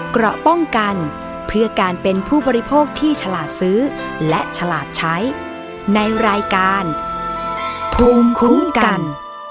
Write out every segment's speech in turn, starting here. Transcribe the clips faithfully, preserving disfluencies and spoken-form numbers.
เกราะป้องกันเพื่อการเป็นผู้บริโภคที่ฉลาดซื้อและฉลาดใช้ในรายการภูมิคุ้มกัน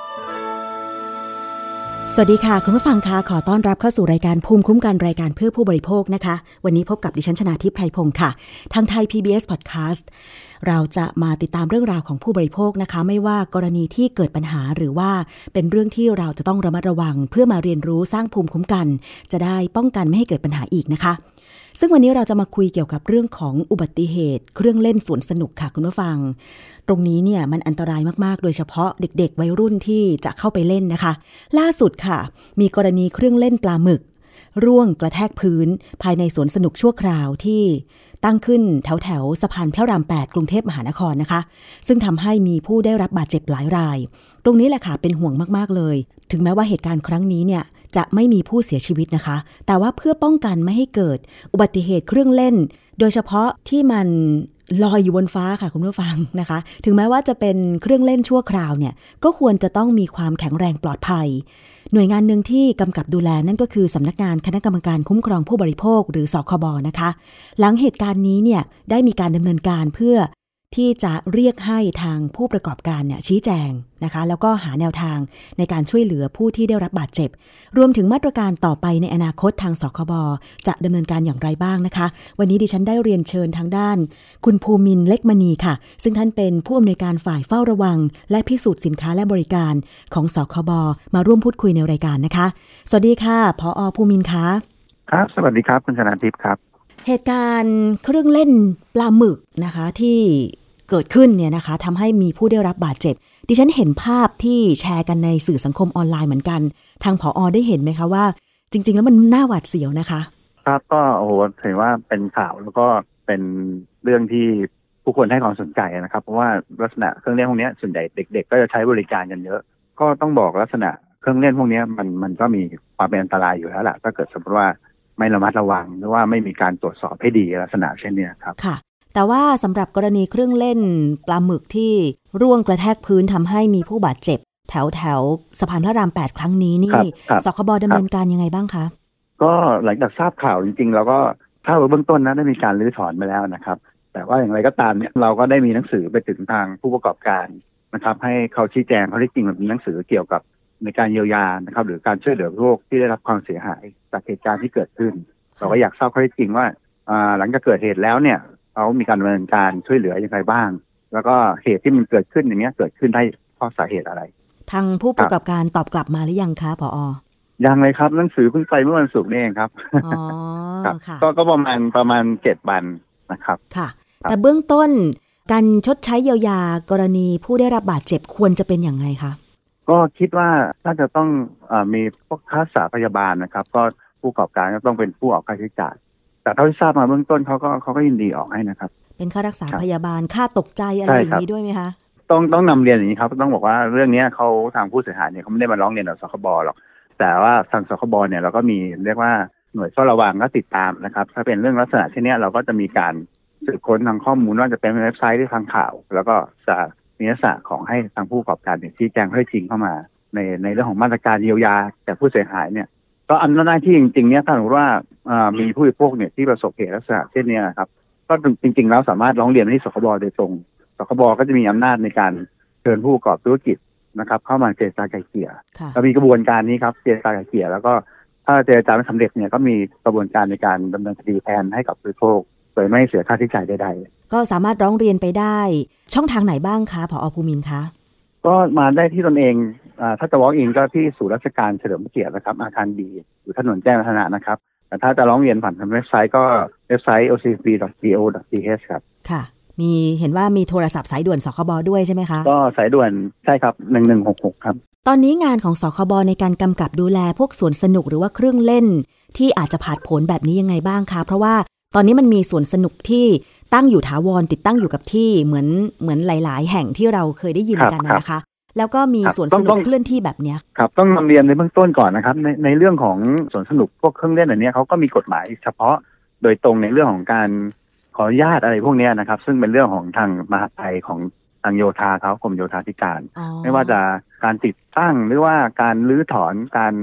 สวัสดีค่ะคุณผู้ฟังคะขอต้อนรับเข้าสู่รายการภูมิคุ้มกันรายการเพื่อผู้บริโภคนะคะวันนี้พบกับดิฉันชนาทิพย์ไพรพงศ์ค่ะทางไทย พี บี เอส Podcast เราจะมาติดตามเรื่องราวของผู้บริโภคนะคะไม่ว่ากรณีที่เกิดปัญหาหรือว่าเป็นเรื่องที่เราจะต้องระมัดระวังเพื่อมาเรียนรู้สร้างภูมิคุ้มกันจะได้ป้องกันไม่ให้เกิดปัญหาอีกนะคะซึ่งวันนี้เราจะมาคุยเกี่ยวกับเรื่องของอุบัติเหตุเครื่องเล่นสวนสนุกค่ะคุณผู้ฟังตรงนี้เนี่ยมันอันตรายมากๆโดยเฉพาะเด็กๆวัยรุ่นที่จะเข้าไปเล่นนะคะล่าสุดค่ะมีกรณีเครื่องเล่นปลาหมึกร่วงกระแทกพื้นภายในสวนสนุกชั่วคราวที่ตั้งขึ้นแถวแถวสะพานพระรามแปดกรุงเทพมหานครนะคะซึ่งทำให้มีผู้ได้รับบาดเจ็บหลายรายตรงนี้แหละค่ะเป็นห่วงมากๆเลยถึงแม้ว่าเหตุการณ์ครั้งนี้เนี่ยจะไม่มีผู้เสียชีวิตนะคะแต่ว่าเพื่อป้องกันไม่ให้เกิดอุบัติเหตุเครื่องเล่นโดยเฉพาะที่มันลอยอยู่บนฟ้าค่ะคุณผู้ฟังนะคะถึงแม้ว่าจะเป็นเครื่องเล่นชั่วคราวเนี่ยก็ควรจะต้องมีความแข็งแรงปลอดภัยหน่วยงานหนึ่งที่กำกับดูแลนั่นก็คือสำนักงานคณะกรรมการคุ้มครองผู้บริโภคหรือสคบนะคะหลังเหตุการณ์นี้เนี่ยได้มีการดำเนินการเพื่อที่จะเรียกให้ทางผู้ประกอบการเนี่ยชี้แจงนะคะแล้วก็หาแนวทางในการช่วยเหลือผู้ที่ได้รับบาดเจ็บรวมถึงมาตรการต่อไปในอนาคตทางสคบจะดำเนินการอย่างไรบ้างนะคะวันนี้ดิฉันได้เรียนเชิญทางด้านคุณภูมินทร์เล็กมณีค่ะซึ่งท่านเป็นผู้อำนวยการฝ่ายเฝ้าระวังและพิสูจน์สินค้าและบริการของสคบมาร่วมพูดคุยในรายการนะคะสวัสดีค่ะผอ.ภูมินทร์คะครับสวัสดีครับคุณชนาทิพย์ครับเหตุการณ์เครื่องเล่นปลาหมึกนะคะที่เกิดขึ้นเนี่ยนะคะทำให้มีผู้ได้รับบาดเจ็บดิฉันเห็นภาพที่แชร์กันในสื่อสังคมออนไลน์เหมือนกันทางผอ.ได้เห็นไหมคะว่าจริงๆแล้วมันน่าหวาดเสียวนะคะครับก็โอ้โหถือว่าเป็นข่าวแล้วก็เป็นเรื่องที่ผู้คนให้ความสนใจนะครับเพราะว่าลักษณะเครื่องเล่นพวกนี้ส่วนใหญ่เด็กๆก็จะใช้บริการกันเยอะก็ต้องบอกลักษณะเครื่องเล่นพวกนี้มันมันก็มีความเป็นอันตรายอยู่แล้วแหละถ้าเกิดสมมติว่าไม่ระมัดระวังหรือว่าไม่มีการตรวจสอบให้ดีลักษณะเช่นนี้ครับค่ะแต่ว่าสำหรับกรณีเครื่องเล่นปลาหมึกที่ร่วงกระแทกพื้นทำให้มีผู้บาดเจ็บแถวแถวสะพานพระรามแปดครั้งนี้นี่สคบดำเนินการยังไงบ้างคะก็หลังจากทราบข่าวจริงๆเราก็ทราบว่าเบื้องต้นนะได้มีการรื้อถอนไปแล้วนะครับแต่ว่าอย่างไรก็ตามเนี่ยเราก็ได้มีหนังสือไปถึงทางผู้ประกอบการนะครับให้เขาชี้แจงเขาได้จริงแบบมีหนังสือเกี่ยวกับในการเยียวยานะครับหรือการช่วยเหลือโรคที่ได้รับความเสียหายจากเหตุการณ์ที่เกิดขึ้นเราก็อยากทราบข้อเท็จจริงว่าหลังจากเกิดเหตุแล้วเนี่ยเขามีการดำเนินการช่วยเหลืออย่างไรบ้างแล้วก็เหตุที่มันเกิดขึ้นอย่างนี้เกิดขึ้นได้เพราะสาเหตุอะไรทางผู้ประกอบการตอบกลับมาหรือยังคะผอ. ยังเลยครับหนังสือเพิ่งไปเมื่อวันศุกร์นี่เองครับอ๋อค่ะก็ก็ประมาณประมาณเจ็ดวันนะครับค่ะแต่เบื้องต้นการชดใช้เยียวยากรณีผู้ได้รับบาดเจ็บควรจะเป็นอย่างไรคะก็คิดว่าน่าจะต้องเอ่อมีพวกค่ารักษาพยาบาลนะครับก็ผู้ประกอบการก็ต้องเป็นผู้ออกค่าใช้จ่ายแต่เท่าที่ทราบมาเบื้องต้นเขาก็เขาก็ยินดีออกให้นะครับเป็นค่ารักษาพยาบาลค่าตกใจอะไรอย่างนี้ด้วยไหมคะต้องต้องนำเรียนอย่างนี้ครับต้องบอกว่าเรื่องนี้เขาทางผู้เสียหายเนี่ยเขาไม่ได้มาร้องเรียนต่อสคบหรอกแต่ว่าทางสคบเนี่ยเราก็มีเรียกว่าหน่วยเฝ้าระวังก็ติดตามนะครับถ้าเป็นเรื่องลักษณะเช่นนี้เราก็จะมีการสืบค้นทางข้อมูลว่าจะเป็นเว็บไซต์หรือทางข่าวแล้วก็จะมีลักษณะของให้ทางผู้ประกอบการเนี่ยชี้แจงข้อเท็จจริงเข้ามาในในเรื่องของมาตรการเยียวยาแต่ผู้เสียหายเนี่ยก็อำนาจหน้าที่จริงๆเนี่ยถ้าสมมติว่ามีผู้บริโภคเนี่ยที่ประสบเหตุลักษณะเช่นนี้นะครับก็จริงๆแล้วสามารถร้องเรียนไปที่สคบโดยตรงสคบก็จะมีอำนาจในการเชิญผู้ประกอบธุรกิจนะครับเข้ามาเจรจาไกล่เกลี่ยเรามีกระบวนการนี้ครับเจรจาไกล่เกลี่ยแล้วก็ถ้าเจรจาไม่สำเร็จเนี่ยก็มีกระบวนการในการดำเนินคดีแทนให้กับผู้บริโภคโดยไม่เสียค่าใช้จ่ายใดๆก็สามารถร้องเรียนไปได้ช่องทางไหนบ้างคะผอ.ภูมินทร์คะก็มาได้ที่ตนเองถ้าจะ walk in ก็ที่ศูนย์ราชการเฉลิมพระเกียรตินะครับอาคารดีอยู่ถนนแจ้งวัฒนะนะครับแต่ถ้าจะร้องเรียนผ่านทางเว็บไซต์ก็เว็บไซต์ โอ ซี ซี ดอท ซี โอ ดอท ที เอช ครับค่ะมีเห็นว่ามีโทรศัพท์สายด่วนสคบด้วยใช่ไหมคะก็สายด่วนใช่ครับหนึ่งหนึ่งหกหกครับตอนนี้งานของสคบในการกำกับดูแลพวกสวนสนุกหรือว่าเครื่องเล่นที่อาจจะผาดโผนแบบนี้ยังไงบ้างคะเพราะว่าตอนนี้มันมีสวนสนุกที่ตั้งอยู่ถาวรติดตั้งอยู่กับที่เหมือนเหมือนหลายๆแห่งที่เราเคยได้ยินกันนะคะแล้วก็มีสวนสนุกเคลื่อนที่แบบนี้ครับต้องนำเรียนในเบื้องต้นก่อนนะครับในในเรื่องของสวนสนุกพวกเครื่องเล่นอันนี้เขาก็มีกฎหมายเฉพาะโดยตรงในเรื่องของการขออนุญาตอะไรพวกนี้นะครับซึ่งเป็นเรื่องของทางมหาดไทยของทางโยธาเขากรมโยธาธิการไม่ว่าจะการติดตั้งหรือว่าการรื้อถอนการ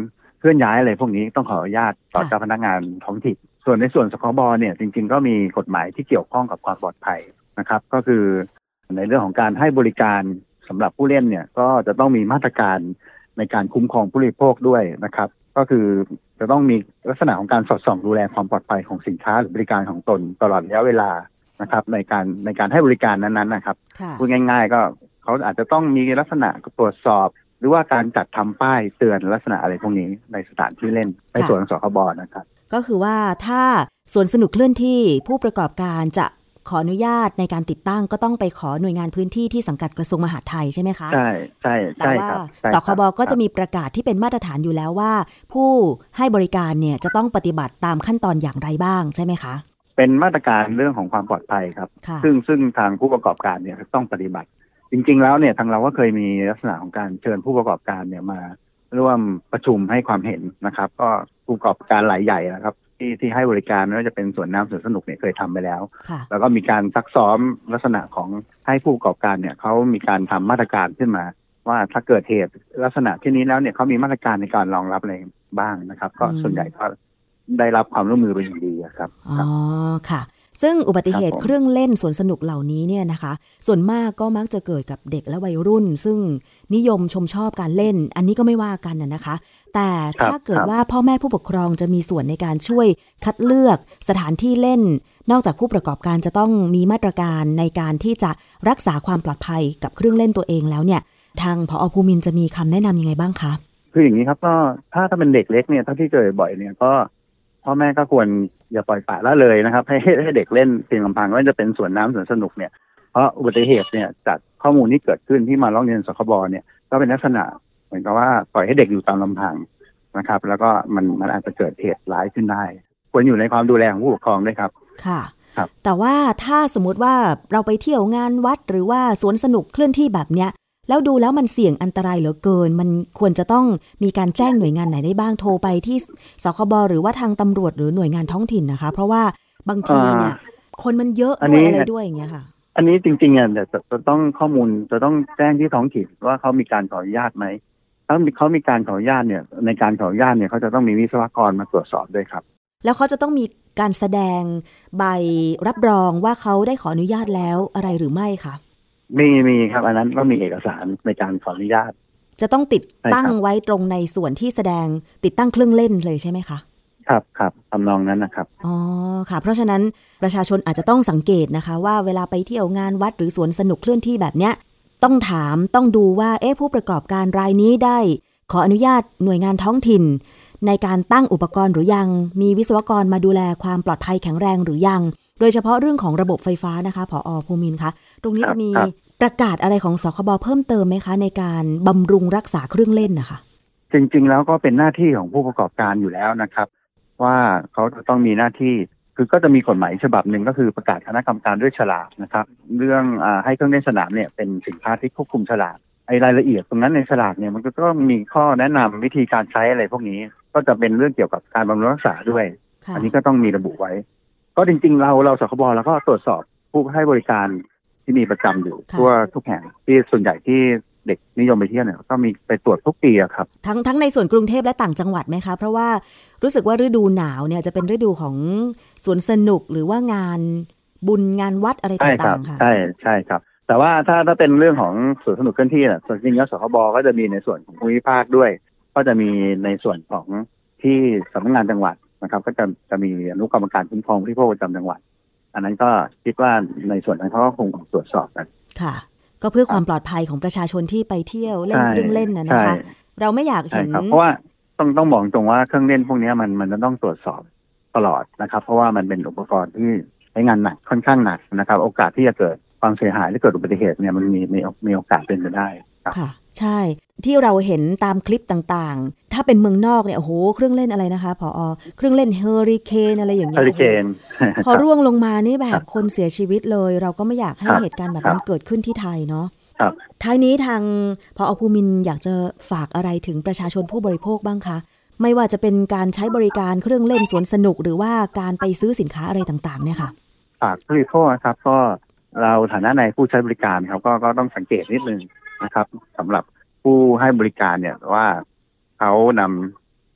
เคลื่อนย้ายอะไรพวกนี้ต้องขออนุญาตต่อเจ้าพนักงานท้องถิ่นส่วนในส่วนสคบเนี่ยจริงๆก็มีกฎหมายที่เกี่ยวข้องกับความปลอดภัยนะครับก็คือในเรื่องของการให้บริการสำหรับผู้เล่นเนี่ยก็จะต้องมีมาตรการในการคุ้มครองผู้บริโภคด้วยนะครับก็คือจะต้องมีลักษณะของการสอดส่องดูแลความปลอดภัยของสินค้าหรือบริการของตนตลอดระยะเวลานะครับในการในการให้บริการนั้นๆนะครับพูดง่ายๆก็เขาอาจจะต้องมีลักษณะตรวจสอบหรือว่าการจัดทำป้ายเตือนลักษณะอะไรพวกนี้ในสถานที่เล่นในส่วนของสคบนะครับก็คือว่าถ้าสวนสนุกเคลื่อนที่ผู้ประกอบการจะขออนุญาตในการติดตั้งก็ต้องไปขอหน่วยงานพื้นที่ที่สังกัดกระทรวงมหาดไทยใช่ไหมคะใช่ใช่แต่ว่าสคบก็จะมีประกาศที่เป็นมาตรฐานอยู่แล้วว่าผู้ให้บริการเนี่ยจะต้องปฏิบัติตามขั้นตอนอย่างไรบ้างใช่ไหมคะเป็นมาตรการเรื่องของความปลอดภัยครับซึ่งซึ่งทางผู้ประกอบการเนี่ยต้องปฏิบัติจริงๆแล้วเนี่ยทางเราก็เคยมีลักษณะของการเชิญผู้ประกอบการเนี่ยมาร่วมประชุมให้ความเห็นนะครับก็ผู้ประกอบการรายใหญ่นะครับที่ที่ให้บริการไม่ว่าจะเป็นสวนน้ำสวนสนุกเนี่ยเคยทำไปแล้วแล้วก็มีการซักซ้อมลักษณะของให้ผู้ประกอบการเนี่ยเขามีการทำมาตรการขึ้นมาว่าถ้าเกิดเหตุลักษณะที่นี้แล้วเนี่ยเขามีมาตรการในการรองรับอะไรบ้างนะครับก็ส่วนใหญ่ก็ได้รับความร่วมมือเป็นอย่างดีครับอ๋อค่ะซึ่งอุบัติเหตุเครื่องเล่นสวนสนุกเหล่านี้เนี่ยนะคะส่วนมากก็มักจะเกิดกับเด็กและวัยรุ่นซึ่งนิยมชมชอบการเล่นอันนี้ก็ไม่ว่ากันน่ะนะคะแต่ถ้าเกิดว่าพ่อแม่ผู้ปกครองจะมีส่วนในการช่วยคัดเลือกสถานที่เล่นนอกจากผู้ประกอบการจะต้องมีมาตรการในการที่จะรักษาความปลอดภัยกับเครื่องเล่นตัวเองแล้วเนี่ยทางผอ.ภูมินทร์จะมีคำแนะนำยังไงบ้างคะคืออย่างนี้ครับก็ถ้าถ้าเป็นเด็กเล็กเนี่ยถ้าที่เกิดบ่อยเนี่ยก็พ่อแม่ก็ควรอย่าปล่อยปละละเลยนะครับให้ให้เด็กเล่นเพียงลำพังว่าจะเป็นสวนน้ำสวนสนุกเนี่ยเพราะอุบัติเหตุเนี่ยจากข้อมูลที่เกิดขึ้นที่มาร้องเรียนสคบเนี่ยก็เป็นลักษณะเหมือนกับว่าปล่อยให้เด็กอยู่ตามลำพังนะครับแล้วก็มันมันอาจจะเกิดเหตุร้ายขึ้นได้ควรอยู่ในความดูแลของผู้ปกครองด้วยครับค่ะครับแต่ว่าถ้าสมมติว่าเราไปเที่ยวงานวัดหรือว่าสวนสนุกเคลื่อนที่แบบเนี้ยแล้วดูแล้วมันเสี่ยงอันตรายเหลือเกินมันควรจะต้องมีการแจ้งหน่วยงานไหนได้บ้างโทรไปที่สคบหรือว่าทางตำรวจหรือหน่วยงานท้องถิ่นนะคะเพราะว่าบางทีเนี่ยคนมันเยอะด้วยอะไรด้วยอย่างเงี้ยค่ะอันนี้จริงๆอ่ะจะจะต้องข้อมูลจะต้องแจ้งที่ท้องถิ่นว่าเขามีการขออนุญาตไหมถ้าเขามีการขออนุญาตเนี่ยในการขออนุญาตเนี่ยเขาจะต้องมีวิศวกรมาตรวจสอบด้วยครับแล้วเขาจะต้องมีการแสดงใบรับรองว่าเขาได้ขออนุญาตแล้วอะไรหรือไม่คะมีมีครับอันนั้นก็มีเอกสารในการขออนุญาตจะต้องติดตั้งไว้ตรงในส่วนที่แสดงติดตั้งเครื่องเล่นเลยใช่ไหมคะครับครับทำนองนั้นนะครับอ๋อค่ะเพราะฉะนั้นประชาชนอาจจะต้องสังเกตนะคะว่าเวลาไปเที่ยวงานวัดหรือสวนสนุกเคลื่อนที่แบบเนี้ยต้องถามต้องดูว่าเอ๊ะผู้ประกอบการรายนี้ได้ขออนุญาตหน่วยงานท้องถิ่นในการตั้งอุปกรณ์หรือยังมีวิศวกรมาดูแลความปลอดภัยแข็งแรงหรือยังโดยเฉพาะเรื่องของระบบไฟฟ้านะคะผอ.ภูมินทร์คะตรงนี้จะมีประกาศอะไรของสคบเพิ่มเติมไหมคะในการบำรุงรักษาเครื่องเล่นนะคะจริงๆแล้วก็เป็นหน้าที่ของผู้ประกอบการอยู่แล้วนะครับว่าเขาจะต้องมีหน้าที่คือก็จะมีกฎหมายฉบับหนึ่งก็คือประกาศคณะกรรมการด้วยฉลากนะครับเรื่องอ่าให้เครื่องเล่นสนามเนี่ยเป็นสินค้าที่ควบคุมฉลากไอ้รายละเอียดตรงนั้นในฉลากเนี่ยมันก็ต้องมีข้อแนะนำวิธีการใช้อะไรพวกนี้ก็จะเป็นเรื่องเกี่ยวกับการบำรุงรักษาด้วยอันนี้ก็ต้องมีระบุไว้ก็จริงๆเราเราสคบแล้วก็ตรวจสอบผู้ให้บริการที่มีประจำอยู่ทั่วทุกแห่งที่ส่วนใหญ่ที่เด็กนิยมไปเที่ยวเนี่ยก็มีไปตรวจทุกปีครับทั้งทั้งในส่วนกรุงเทพและต่างจังหวัดไหมคะเพราะว่ารู้สึกว่าฤดูหนาวเนี่ยจะเป็นฤดูของสวนสนุกหรือว่างานบุญงานวัดอะไรต่างๆค่ะใช่ใช่ครับแต่ว่าถ้าถ้าเป็นเรื่องของสวนสนุกเคลื่อนที่น่ะส่วนจริงแล้วสคบก็จะมีในส่วนของภูมิภาคด้วยก็จะมีในส่วนของที่สำนักงานจังหวัดนะครับก็จะจะมีอนุกรรมการคุ้มครองผู้บริโภคประจำจังหวัดอันนั้นก็คิดว่าในส่วนนั้นเขาก็คงตรวจสอบกันค่ะก็เพื่อความปลอดภัยของประชาชนที่ไปเที่ยวเล่นเครื่องเล่นนะนะคะเราไม่อยากเห็นเพราะว่าต้องต้องบอกตรงว่าเครื่องเล่นพวกนี้มันมันจะต้องตรวจสอบตลอดนะครับเพราะว่ามันเป็นอุปกรณ์ที่ใช้งานหนักค่อนข้างหนักนะครับโอกาสที่จะเกิดความเสียหายหรือเกิดอุบัติเหตุเนี่ยมันมีมีมีโอกาสเป็นไปได้ค่ะใช่ที่เราเห็นตามคลิปต่างๆถ้าเป็นเมืองนอกเนี่ยโอ้โหเครื่องเล่นอะไรนะคะผอ.เครื่องเล่นเฮอริเคนอะไรอย่างเงี้ยเฮอริเคนพอร่วงลงมานี่แบบคนเสียชีวิตเลยเราก็ไม่อยากให้เหตุการณ์แบบนั้นเกิดขึ้นที่ไทยเนาะท้ายนี้ทางผอ.ภูมินทร์อยากจะฝากอะไรถึงประชาชนผู้บริโภคบ้างคะไม่ว่าจะเป็นการใช้บริการเครื่องเล่นสวนสนุกหรือว่าการไปซื้อสินค้าอะไรต่างๆเนี่ยค่ะฝากผู้บริโภคนะครับก็เราฐานะในผู้ใช้บริการครับก็ก็ต้องสังเกตนิดนึงนะครับสำหรับผู้ให้บริการเนี่ยว่าเขานำ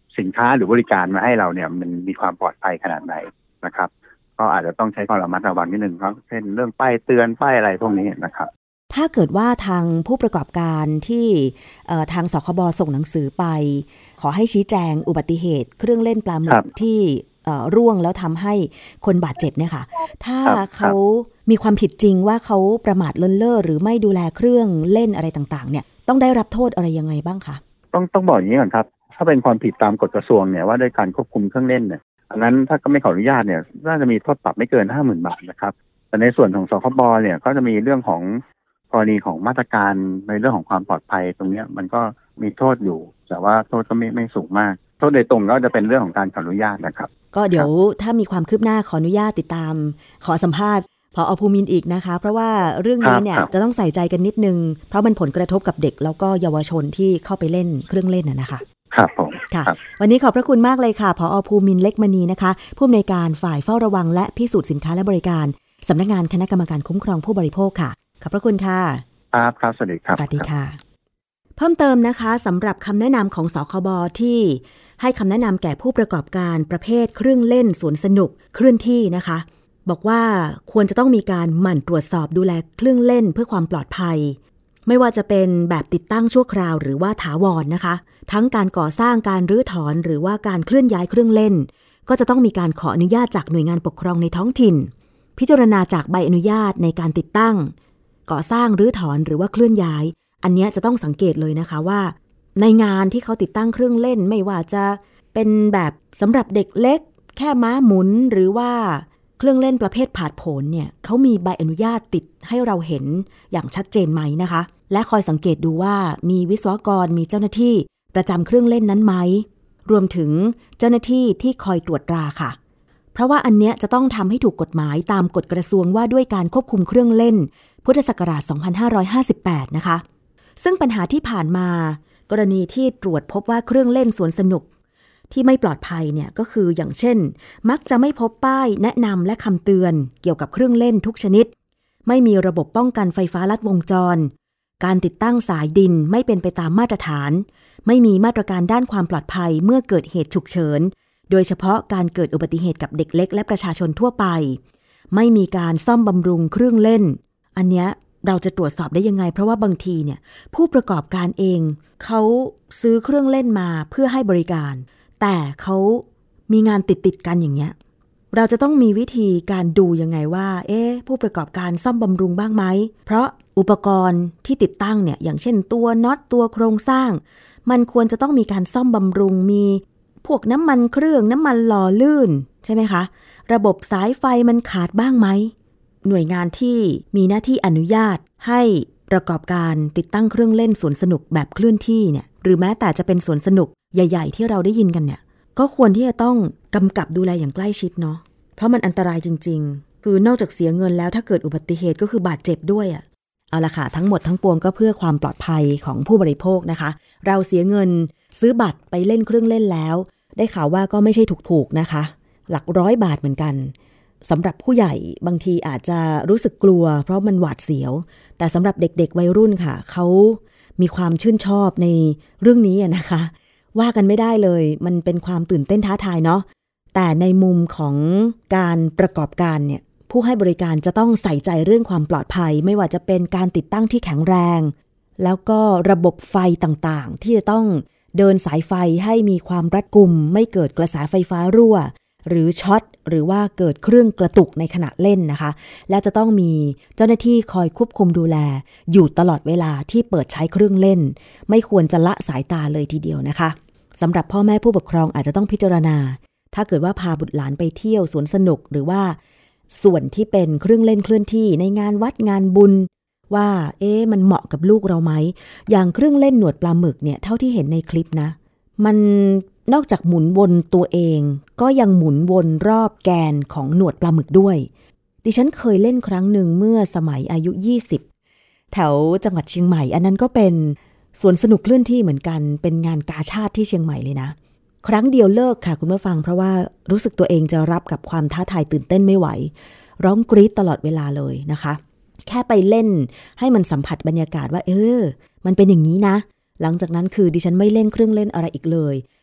สินค้าหรือบริการมาให้เราเนี่ยมันมีความปลอดภัยขนาดไหนนะครับก็อาจจะต้องใช้ความระมัดระวังนิดนึงครับเช่นเรื่องป้ายเตือนป้ายอะไรพวกนี้นะครับถ้าเกิดว่าทางผู้ประกอบการที่ทางสคบส่งหนังสือไปขอให้ชี้แจงอุบัติเหตุเครื่องเล่นปลาหมึกที่ร่วงแล้วทำให้คนบาดเจ็บเนี่ยค่ะถ้าเขามีความผิดจริงว่าเขาประมาทเลินเล่อหรือไม่ดูแลเครื่องเล่นอะไรต่างๆเนี่ยต้องได้รับโทษอะไรยังไงบ้างคะต้องต้องบอกอย่างนี้ก่อนครับถ้าเป็นความผิดตามกฎกระทรวงเนี่ยว่าด้วยการควบคุมเครื่องเล่นเนี่ยอันนั้นถ้าก็ไม่ขออนุญาตเนี่ยน่าจะมีโทษปรับไม่เกิน ห้าหมื่น บาทนะครับแต่ในส่วนของสคบเนี่ยก็จะมีเรื่องของกรณีของมาตรการในเรื่องของความปลอดภัยตรงนี้มันก็มีโทษอยู่แต่ว่าโทษก็ไม่ไม่สูงมากโทษโดยตรงก็จะเป็นเรื่องของการขออนุญาตนะครับก็เดี๋ยวถ้ามีความคืบหน้าขออนุญาตติดตามขอสัมภาษณ์ผอ.ภูมินทร์อีกนะคะเพราะว่าเรื่องนี้เนี่ยจะต้องใส่ใจกันนิดนึงเพราะมันผลกระทบกับเด็กแล้วก็เยาวชนที่เข้าไปเล่นเครื่องเล่นน่ะนะคะครับผมค่ะวันนี้ขอบพระคุณมากเลยค่ะผอ.ภูมินทร์เล็กมณีนะคะผู้อำนวยการฝ่ายเฝ้าระวังและพิสูจน์สินค้าและบริการสำนักงานคณะกรรมการคุ้มครองผู้บริโภคค่ะขอบพระคุณค่ะครับครับสวัสดีครับสวัสดีค่ะเพิ่มเติมนะคะสำหรับคำแนะนำของสคบที่ให้คำแนะนำแก่ผู้ประกอบการประเภทเครื่องเล่นสวนสนุกเคลื่อนที่นะคะบอกว่าควรจะต้องมีการหมั่นตรวจสอบดูแลเครื่องเล่นเพื่อความปลอดภัยไม่ว่าจะเป็นแบบติดตั้งชั่วคราวหรือว่าถาวรนะคะทั้งการก่อสร้างการรื้อถอนหรือว่าการเคลื่อนย้ายเครื่องเล่นก็จะต้องมีการขออนุญาตจากหน่วยงานปกครองในท้องถิ่นพิจารณาจากใบอนุญาตในการติดตั้งก่อสร้างรื้อถอนหรือว่าเคลื่อนย้ายอันนี้จะต้องสังเกตเลยนะคะว่าในงานที่เขาติดตั้งเครื่องเล่นไม่ว่าจะเป็นแบบสำหรับเด็กเล็กแค่ม้าหมุนหรือว่าเครื่องเล่นประเภทผาดโผนเนี่ยเขามีใบอนุญาตติดให้เราเห็นอย่างชัดเจนไหมนะคะและคอยสังเกตดูว่ามีวิศวกรมีเจ้าหน้าที่ประจำเครื่องเล่นนั้นไหมรวมถึงเจ้าหน้าที่ที่คอยตรวจตราค่ะเพราะว่าอันเนี้ยจะต้องทำให้ถูกกฎหมายตามกฎกระทรวงว่าด้วยการควบคุมเครื่องเล่นพุทธศักราชสองพันห้าร้อยห้าสิบแปดนะคะซึ่งปัญหาที่ผ่านมากรณีที่ตรวจพบว่าเครื่องเล่นสวนสนุกที่ไม่ปลอดภัยเนี่ยก็คืออย่างเช่นมักจะไม่พบป้ายแนะนำและคำเตือนเกี่ยวกับเครื่องเล่นทุกชนิดไม่มีระบบป้องกันไฟฟ้าลัดวงจรการติดตั้งสายดินไม่เป็นไปตามมาตรฐานไม่มีมาตรการด้านความปลอดภัยเมื่อเกิดเหตุฉุกเฉินโดยเฉพาะการเกิดอุบัติเหตุกับเด็กเล็กและประชาชนทั่วไปไม่มีการซ่อมบำรุงเครื่องเล่นอันเนี้ยเราจะตรวจสอบได้ยังไงเพราะว่าบางทีเนี่ยผู้ประกอบการเองเขาซื้อเครื่องเล่นมาเพื่อให้บริการแต่เขามีงานติดติดกันอย่างเงี้ยเราจะต้องมีวิธีการดูยังไงว่าเอ๊ะผู้ประกอบการซ่อมบำรุงบ้างไหมเพราะอุปกรณ์ที่ติดตั้งเนี่ยอย่างเช่นตัวน็อตตัวโครงสร้างมันควรจะต้องมีการซ่อมบำรุงมีพวกน้ำมันเครื่องน้ำมันหล่อลื่นใช่ไหมคะระบบสายไฟมันขาดบ้างไหมหน่วยงานที่มีหน้าที่อนุญาตให้ประกอบการติดตั้งเครื่องเล่นสวนสนุกแบบเคลื่อนที่เนี่ยหรือแม้แต่จะเป็นสวนสนุกใหญ่ๆที่เราได้ยินกันเนี่ยก็ควรที่จะต้องกำกับดูแลอย่างใกล้ชิดเนาะเพราะมันอันตรายจริงๆคือนอกจากเสียเงินแล้วถ้าเกิดอุบัติเหตุก็คือบาดเจ็บด้วยอ่ะเอาล่ะค่ะทั้งหมดทั้งปวงก็เพื่อความปลอดภัยของผู้บริโภคนะคะเราเสียเงินซื้อบัตรไปเล่นเครื่องเล่นแล้วได้ข่าวว่าก็ไม่ใช่ถูกๆนะคะหลักร้อยบาทเหมือนกันสำหรับผู้ใหญ่บางทีอาจจะรู้สึกกลัวเพราะมันหวาดเสียวแต่สำหรับเด็กๆวัยรุ่นค่ะเขามีความชื่นชอบในเรื่องนี้นะคะว่ากันไม่ได้เลยมันเป็นความตื่นเต้นท้าทายเนาะแต่ในมุมของการประกอบการเนี่ยผู้ให้บริการจะต้องใส่ใจเรื่องความปลอดภัยไม่ว่าจะเป็นการติดตั้งที่แข็งแรงแล้วก็ระบบไฟต่างๆที่จะต้องเดินสายไฟให้มีความรัดกุมไม่เกิดกระแสไฟฟ้ารั่วหรือช็อตหรือว่าเกิดเครื่องกระตุกในขณะเล่นนะคะและจะต้องมีเจ้าหน้าที่คอยควบคุมดูแลอยู่ตลอดเวลาที่เปิดใช้เครื่องเล่นไม่ควรจะละสายตาเลยทีเดียวนะคะสำหรับพ่อแม่ผู้ปกครองอาจจะต้องพิจารณาถ้าเกิดว่าพาบุตรหลานไปเที่ยวสวนสนุกหรือว่าส่วนที่เป็นเครื่องเล่นเคลื่อนที่ในงานวัดงานบุญว่าเอ๊ะมันเหมาะกับลูกเราไหมอย่างเครื่องเล่นหนวดปลาหมึกเนี่ยเท่าที่เห็นในคลิปนะมันนอกจากหมุนวนตัวเองก็ยังหมุนวนรอบแกนของหนวดปลาหมึกด้วยดิฉันเคยเล่นครั้งหนึ่งเมื่อสมัยอายุยี่สิบแถวจังหวัดเชียงใหม่อันนั้นก็เป็นสวนสนุกเคลื่อนที่เหมือนกันเป็นงานกาชาดที่เชียงใหม่เลยนะครั้งเดียวเลิกค่ะคุณผู้ฟังเพราะว่ารู้สึกตัวเองจะรับกับความท้าทายตื่นเต้นไม่ไหวร้องกรี๊ดตลอดเวลาเลยนะคะแค่ไปเล่นให้มันสัมผัสบรรยากาศว่าเออมันเป็นอย่างนี้นะหลังจากนั้นคือดิฉันไม่เล่นเครื่องเล่นอะไรอีกเลย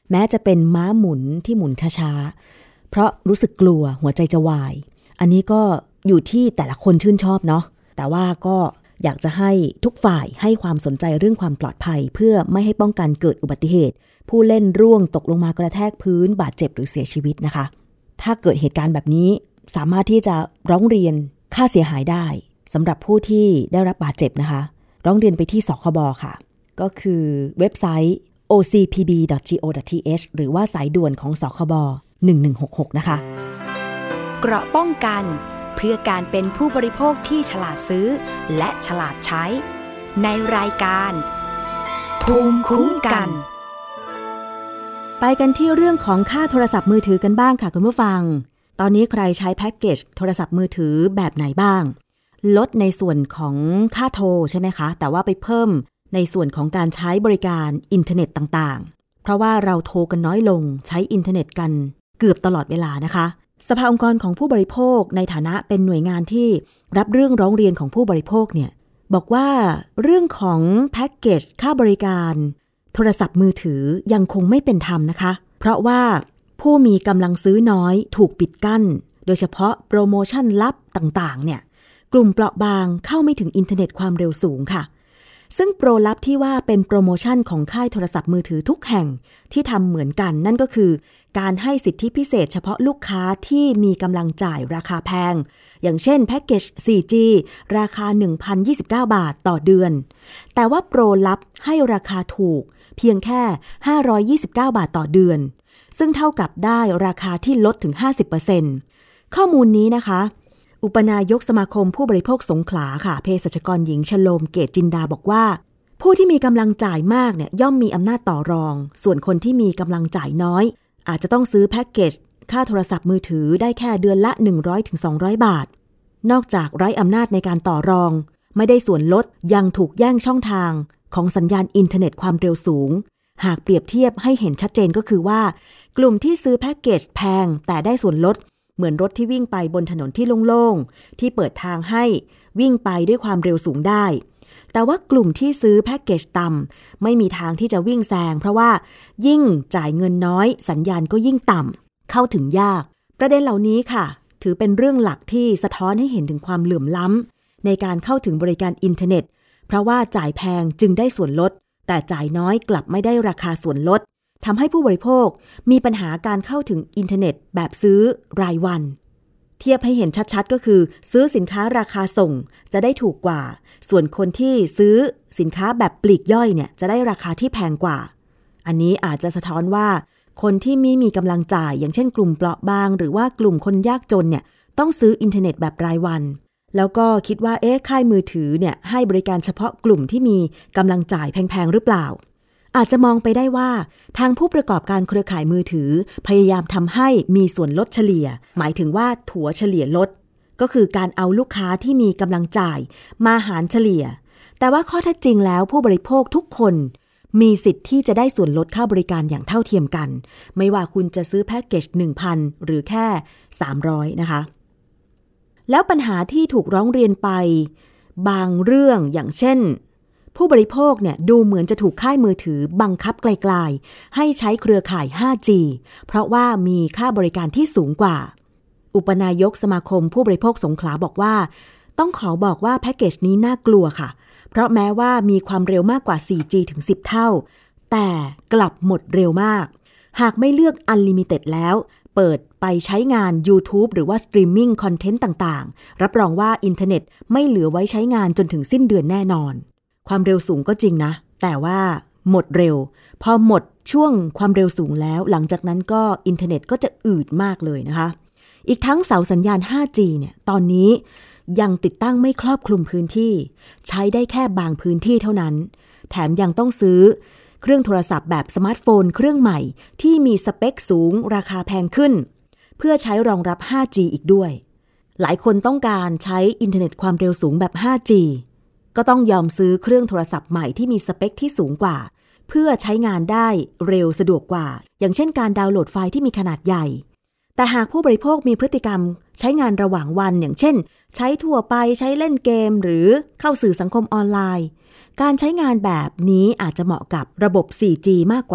แม้จะเป็นม้าหมุนที่หมุนช้าๆเพราะรู้สึกกลัวหัวใจจะวายอันนี้ก็อยู่ที่แต่ละคนชื่นชอบเนาะแต่ว่าก็อยากจะให้ทุกฝ่ายให้ความสนใจเรื่องความปลอดภัยเพื่อไม่ให้ป้องกันเกิดอุบัติเหตุผู้เล่นร่วงตกลงมากระแทกพื้นบาดเจ็บหรือเสียชีวิตนะคะถ้าเกิดเหตุการณ์แบบนี้สามารถที่จะร้องเรียนค่าเสียหายได้สำหรับผู้ที่ได้รับบาดเจ็บนะคะร้องเรียนไปที่สคบค่ะก็คือเว็บไซต์ โอ ซี พี บี ดอท จี โอ ดอท ที เอช หรือว่าสายด่วนของสคบหนึ่งหนึ่งหกหกนะคะเกราะป้องกันเพื่อการเป็นผู้บริโภคที่ฉลาดซื้อและฉลาดใช้ในรายการภูมิคุ้มกันไปกันที่เรื่องของค่าโทรศัพท์มือถือกันบ้างค่ะคุณผู้ฟังตอนนี้ใครใช้แพ็กเกจโทรศัพท์มือถือแบบไหนบ้างลดในส่วนของค่าโทรใช่ไหมคะแต่ว่าไปเพิ่มในส่วนของการใช้บริการอินเทอร์เน็ตต่างๆเพราะว่าเราโทรกันน้อยลงใช้อินเทอร์เน็ตกันเกือบตลอดเวลานะคะสภาองค์กรของผู้บริโภคในฐานะเป็นหน่วยงานที่รับเรื่องร้องเรียนของผู้บริโภคเนี่ยบอกว่าเรื่องของแพ็กเกจค่าบริการโทรศัพท์มือถือยังคงไม่เป็นธรรมนะคะเพราะว่าผู้มีกำลังซื้อน้อยถูกปิดกั้นโดยเฉพาะโปรโมชั่นลับต่างๆเนี่ยกลุ่มเปราะบางเข้าไม่ถึงอินเทอร์เน็ตความเร็วสูงค่ะซึ่งโปรลับที่ว่าเป็นโปรโมชั่นของค่ายโทรศัพท์มือถือทุกแห่งที่ทำเหมือนกันนั่นก็คือการให้สิทธิพิเศษเฉพาะลูกค้าที่มีกำลังจ่ายราคาแพงอย่างเช่นแพ็กเกจ โฟร์จี ราคา หนึ่งพันยี่สิบเก้า บาทต่อเดือนแต่ว่าโปรลับให้ราคาถูกเพียงแค่ห้าร้อยยี่สิบเก้าบาทต่อเดือนซึ่งเท่ากับได้ราคาที่ลดถึง ห้าสิบเปอร์เซ็นต์ ข้อมูลนี้นะคะอุปนายกสมาคมผู้บริโภคสงขลาค่ะเภสัชกรหญิงชโลมเกตจินดาบอกว่าผู้ที่มีกำลังจ่ายมากเนี่ยย่อมมีอำนาจต่อรองส่วนคนที่มีกำลังจ่ายน้อยอาจจะต้องซื้อแพ็กเกจค่าโทรศัพท์มือถือได้แค่เดือนละ หนึ่งร้อยถึงสองร้อย บาทนอกจากไร้อำนาจในการต่อรองไม่ได้ส่วนลดยังถูกแย่งช่องทางของสัญญาณอินเทอร์เน็ตความเร็วสูงหากเปรียบเทียบให้เห็นชัดเจนก็คือว่ากลุ่มที่ซื้อแพ็กเกจแพงแต่ได้ส่วนลดเหมือนรถที่วิ่งไปบนถนนที่โล่งๆที่เปิดทางให้วิ่งไปด้วยความเร็วสูงได้แต่ว่ากลุ่มที่ซื้อแพ็กเกจต่ำไม่มีทางที่จะวิ่งแซงเพราะว่ายิ่งจ่ายเงินน้อยสัญญาณก็ยิ่งต่ำเข้าถึงยากประเด็นเหล่านี้ค่ะถือเป็นเรื่องหลักที่สะท้อนให้เห็นถึงความเหลื่อมล้ำในการเข้าถึงบริการอินเทอร์เน็ตเพราะว่าจ่ายแพงจึงได้ส่วนลดแต่จ่ายน้อยกลับไม่ได้ราคาส่วนลดทำให้ผู้บริโภคมีปัญหาการเข้าถึงอินเทอร์เน็ตแบบซื้อรายวันเทียบให้เห็นชัดๆก็คือซื้อสินค้าราคาส่งจะได้ถูกกว่าส่วนคนที่ซื้อสินค้าแบบปลีกย่อยเนี่ยจะได้ราคาที่แพงกว่าอันนี้อาจจะสะท้อนว่าคนที่ไม่มีกำลังจ่ายอย่างเช่นกลุ่มเปราะบางหรือว่ากลุ่มคนยากจนเนี่ยต้องซื้ออินเทอร์เน็ตแบบรายวันแล้วก็คิดว่าเอ๊ะค่ายมือถือเนี่ยให้บริการเฉพาะกลุ่มที่มีกำลังจ่ายแพงๆหรือเปล่าอาจจะมองไปได้ว่าทางผู้ประกอบการเครือข่ายมือถือพยายามทำให้มีส่วนลดเฉลี่ยหมายถึงว่าถัวเฉลี่ยลดก็คือการเอาลูกค้าที่มีกำลังจ่ายมาหารเฉลี่ยแต่ว่าข้อเท็จจริงแล้วผู้บริโภคทุกคนมีสิทธิ์ที่จะได้ส่วนลดค่าบริการอย่างเท่าเทียมกันไม่ว่าคุณจะซื้อแพ็กเกจ หนึ่งพัน หรือแค่สามร้อยนะคะแล้วปัญหาที่ถูกร้องเรียนไปบางเรื่องอย่างเช่นผู้บริโภคเนี่ยดูเหมือนจะถูกค่ายมือถือบังคับไกลๆให้ใช้เครือข่าย ห้าจี เพราะว่ามีค่าบริการที่สูงกว่าอุปนายกสมาคมผู้บริโภคสงขลาบอกว่าต้องขอบอกว่าแพ็กเกจนี้น่ากลัวค่ะเพราะแม้ว่ามีความเร็วมากกว่า โฟร์จี ถึงสิบเท่าแต่กลับหมดเร็วมากหากไม่เลือก Unlimited แล้วเปิดไปใช้งาน YouTube หรือว่าสตรีมมิ่งคอนเทนต์ต่างๆรับรองว่าอินเทอร์เน็ตไม่เหลือไว้ใช้งานจนถึงสิ้นเดือนแน่นอนความเร็วสูงก็จริงนะแต่ว่าหมดเร็วพอหมดช่วงความเร็วสูงแล้วหลังจากนั้นก็อินเทอร์เน็ตก็จะอืดมากเลยนะคะอีกทั้งเสาสัญญาณ ห้าจี เนี่ยตอนนี้ยังติดตั้งไม่ครอบคลุมพื้นที่ใช้ได้แค่บางพื้นที่เท่านั้นแถมยังต้องซื้อเครื่องโทรศัพท์แบบสมาร์ทโฟนเครื่องใหม่ที่มีสเปคสูงราคาแพงขึ้นเพื่อใช้รองรับ ห้าจี อีกด้วยหลายคนต้องการใช้อินเทอร์เน็ตความเร็วสูงแบบ ห้าจี ก็ต้องยอมซื้อเครื่องโทรศัพท์ใหม่ที่มีสเปคที่สูงกว่าเพื่อใช้งานได้เร็วสะดวกกว่าอย่างเช่นการดาวน์โหลดไฟล์ที่มีขนาดใหญ่แต่หากผู้บริโภคมีพฤติกรรมใช้งานระหว่างวันอย่างเช่นใช้ทั่วไปใช้เล่นเกมหรือเข้าสื่อสังคมออนไลน์การใช้งานแบบนี้อาจจะเหมาะกับระบบ โฟร์จี มากกว่า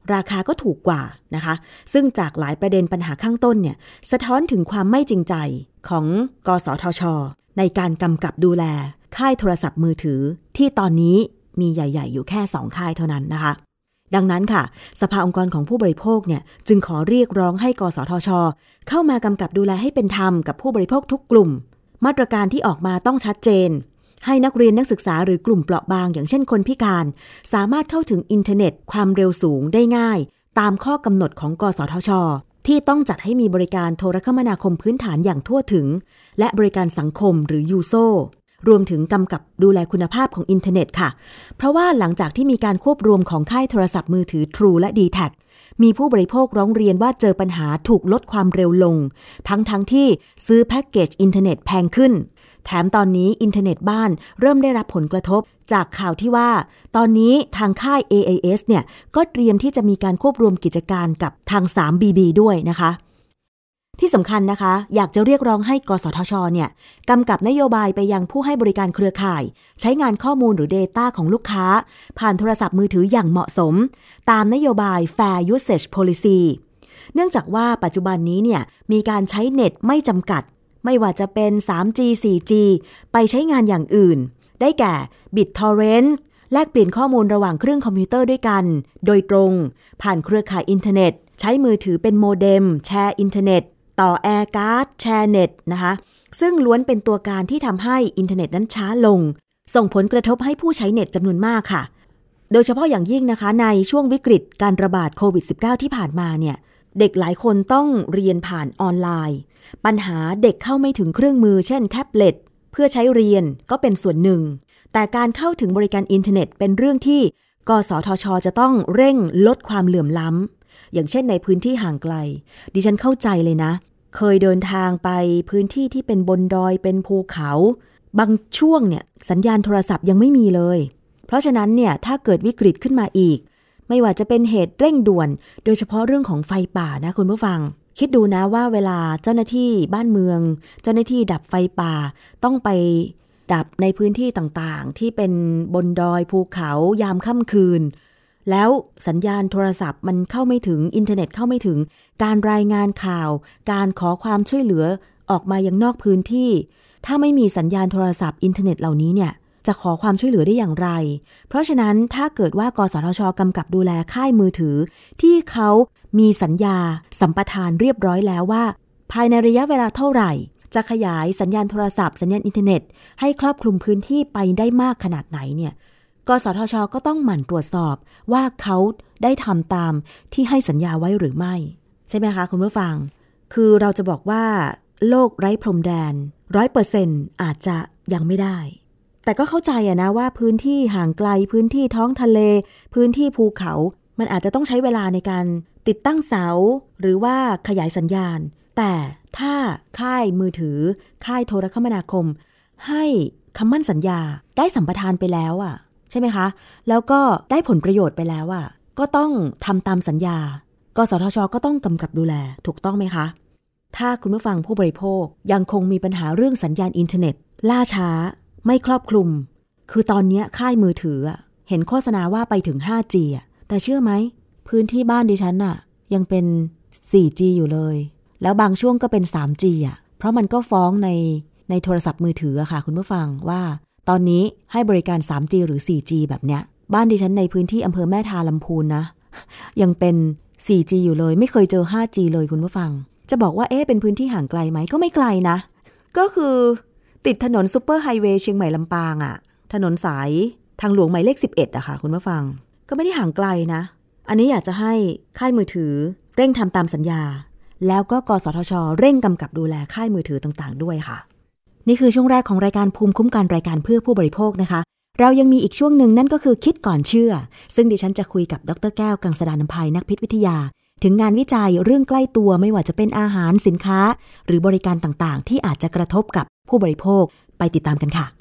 ราคาก็ถูกกว่านะคะซึ่งจากหลายประเด็นปัญหาข้างต้นเนี่ยสะท้อนถึงความไม่จริงใจของกสทช.ในการกำกับดูแลค่ายโทรศัพท์มือถือที่ตอนนี้มีใหญ่ๆอยู่แค่สองค่ายเท่านั้นนะคะดังนั้นค่ะสภาองค์กรของผู้บริโภคเนี่ยจึงขอเรียกร้องให้กสทช.เข้ามากำกับดูแลให้เป็นธรรมกับผู้บริโภคทุกกลุ่มมาตรการที่ออกมาต้องชัดเจนให้นักเรียนนักศึกษาหรือกลุ่มเปราะบางอย่างเช่นคนพิการสามารถเข้าถึงอินเทอร์เน็ตความเร็วสูงได้ง่ายตามข้อกำหนดของกสทช.ที่ต้องจัดให้มีบริการโทรคมนาคมพื้นฐานอย่างทั่วถึงและบริการสังคมหรือยูโซรวมถึงกำกับดูแลคุณภาพของอินเทอร์เน็ตค่ะเพราะว่าหลังจากที่มีการควบรวมของค่ายโทรศัพท์มือถือ True และ ดี แท็ก มีผู้บริโภคร้องเรียนว่าเจอปัญหาถูกลดความเร็วลงทั้งๆ ท, ที่ซื้อแพ็กเกจอินเทอร์เน็ตแพงขึ้นแถมตอนนี้อินเทอร์เน็ตบ้านเริ่มได้รับผลกระทบจากข่าวที่ว่าตอนนี้ทางค่าย เอ เอ เอส เนี่ยก็เตรียมที่จะมีการควบรวมกิจการกับทาง ทรี บี บี ด้วยนะคะที่สำคัญนะคะอยากจะเรียกร้องให้กสทช.เนี่ยกำกับนโยบายไปยังผู้ให้บริการเครือข่ายใช้งานข้อมูลหรือ Data ของลูกค้าผ่านโทรศัพท์มือถืออย่างเหมาะสมตามนโยบาย Fair Usage Policy เนื่องจากว่าปัจจุบันนี้เนี่ยมีการใช้เน็ตไม่จำกัดไม่ว่าจะเป็น ทรีจี โฟร์จี ไปใช้งานอย่างอื่นได้แก่ BitTorrent แลกเปลี่ยนข้อมูลระหว่างเครื่องคอมพิวเตอร์ด้วยกันโดยตรงผ่านเครือข่ายอินเทอร์เน็ตใช้มือถือเป็นโมเด็มแชร์อินเทอร์เน็ตต่อแอร์การ์ดแชร์เน็ตนะคะซึ่งล้วนเป็นตัวการที่ทำให้อินเทอร์เน็ตนั้นช้าลงส่งผลกระทบให้ผู้ใช้เน็ตจำนวนมากค่ะโดยเฉพาะอย่างยิ่งนะคะในช่วงวิกฤตการระบาดโควิด สิบเก้า ที่ผ่านมาเนี่ยเด็กหลายคนต้องเรียนผ่านออนไลน์ปัญหาเด็กเข้าไม่ถึงเครื่องมือเช่นแท็บเล็ตเพื่อใช้เรียนก็เป็นส่วนหนึ่งแต่การเข้าถึงบริการอินเทอร์เน็ตเป็นเรื่องที่กสทช.จะต้องเร่งลดความเหลื่อมล้ำอย่างเช่นในพื้นที่ห่างไกลดิฉันเข้าใจเลยนะเคยเดินทางไปพื้นที่ที่เป็นบนดอยเป็นภูเขาบางช่วงเนี่ยสัญญาณโทรศัพท์ยังไม่มีเลยเพราะฉะนั้นเนี่ยถ้าเกิดวิกฤตขึ้นมาอีกไม่ว่าจะเป็นเหตุเร่งด่วนโดยเฉพาะเรื่องของไฟป่านะคุณผู้ฟังคิดดูนะว่าเวลาเจ้าหน้าที่บ้านเมืองเจ้าหน้าที่ดับไฟป่าต้องไปดับในพื้นที่ต่างๆที่เป็นบนดอยภูเขายามค่ำคืนแล้วสัญญาณโทรศัพท์มันเข้าไม่ถึงอินเทอร์เน็ตเข้าไม่ถึงการรายงานข่าวการขอความช่วยเหลือออกมายังนอกพื้นที่ถ้าไม่มีสัญญาณโทรศัพท์อินเทอร์เน็ตเหล่านี้เนี่ยจะขอความช่วยเหลือได้อย่างไรเพราะฉะนั้นถ้าเกิดว่ากสทช.กำกับดูแลค่ายมือถือที่เขามีสัญญาสัมปทานเรียบร้อยแล้วว่าภายในระยะเวลาเท่าไหร่จะขยายสัญญาณโทรศัพท์สัญญาณอินเทอร์เน็ตให้ครอบคลุมพื้นที่ไปได้มากขนาดไหนเนี่ยกสทช.ก็ต้องหมั่นตรวจสอบว่าเขาได้ทำตามที่ให้สัญญาไว้หรือไม่ใช่ไหมคะคุณผู้ฟังคือเราจะบอกว่าโลกไร้พรมแดน ร้อยเปอร์เซ็นต์ อาจจะยังไม่ได้แต่ก็เข้าใจอะนะว่าพื้นที่ห่างไกลพื้นที่ท้องทะเลพื้นที่ภูเขามันอาจจะต้องใช้เวลาในการติดตั้งเสาหรือว่าขยายสัญญาณแต่ถ้าค่ายมือถือค่ายโทรคมนาคมให้คำมั่นสัญญาได้สัมปทานไปแล้วอะใช่ไหมคะแล้วก็ได้ผลประโยชน์ไปแล้วอะก็ต้องทำตามสัญญากสทช.ก็ต้องกำกับดูแลถูกต้องไหมคะถ้าคุณผู้ฟังผู้บริโภคยังคงมีปัญหาเรื่องสัญญาณอินเทอร์เน็ตล่าช้าไม่ครอบคลุมคือตอนนี้ค่ายมือถืออะเห็นโฆษณาว่าไปถึง ห้าจี อ่ะแต่เชื่อไหมพื้นที่บ้านดิฉันน่ะยังเป็น โฟร์จี อยู่เลยแล้วบางช่วงก็เป็น ทรีจี อ่ะเพราะมันก็ฟ้องในในโทรศัพท์มือถืออะค่ะคุณผู้ฟังว่าตอนนี้ให้บริการ ทรีจี หรือ โฟร์จี แบบเนี้ยบ้านดิฉันในพื้นที่อำเภอแม่ทาลำพูนนะยังเป็น โฟร์จี อยู่เลยไม่เคยเจอ ห้าจี เลยคุณผู้ฟังจะบอกว่าเอ๊ะเป็นพื้นที่ห่างไกลไหมก็ไม่ไกลนะก็คือติดถนนซุปเปอร์ไฮเวย์เชียงใหม่ลำปางอ่ะถนนสายทางหลวงหมายเลขสิบเอ็ดอะค่ะคุณผู้ฟังก็ไม่ได้ห่างไกลนะอันนี้อยากจะให้ค่ายมือถือเร่งทำตามสัญญาแล้วก็กสทช.เร่งกำกับดูแลค่ายมือถือต่างๆด้วยค่ะนี่คือช่วงแรกของรายการภูมิคุ้มกันรายการเพื่อผู้บริโภคนะคะเรายังมีอีกช่วงหนึ่งนั่นก็คือคิดก่อนเชื่อซึ่งดิฉันจะคุยกับดร.แก้วกังสดาลอำไพนักพิษวิทยาถึงงานวิจัยเรื่องใกล้ตัวไม่ว่าจะเป็นอาหารสินค้าหรือบริการต่างๆที่อาจจะกระทบกับผู้บริโภคไปติดตามกันค่ะ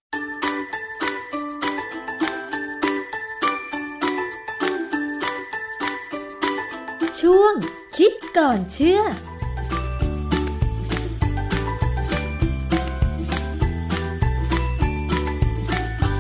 ช่วงคิดก่อนเชื่อ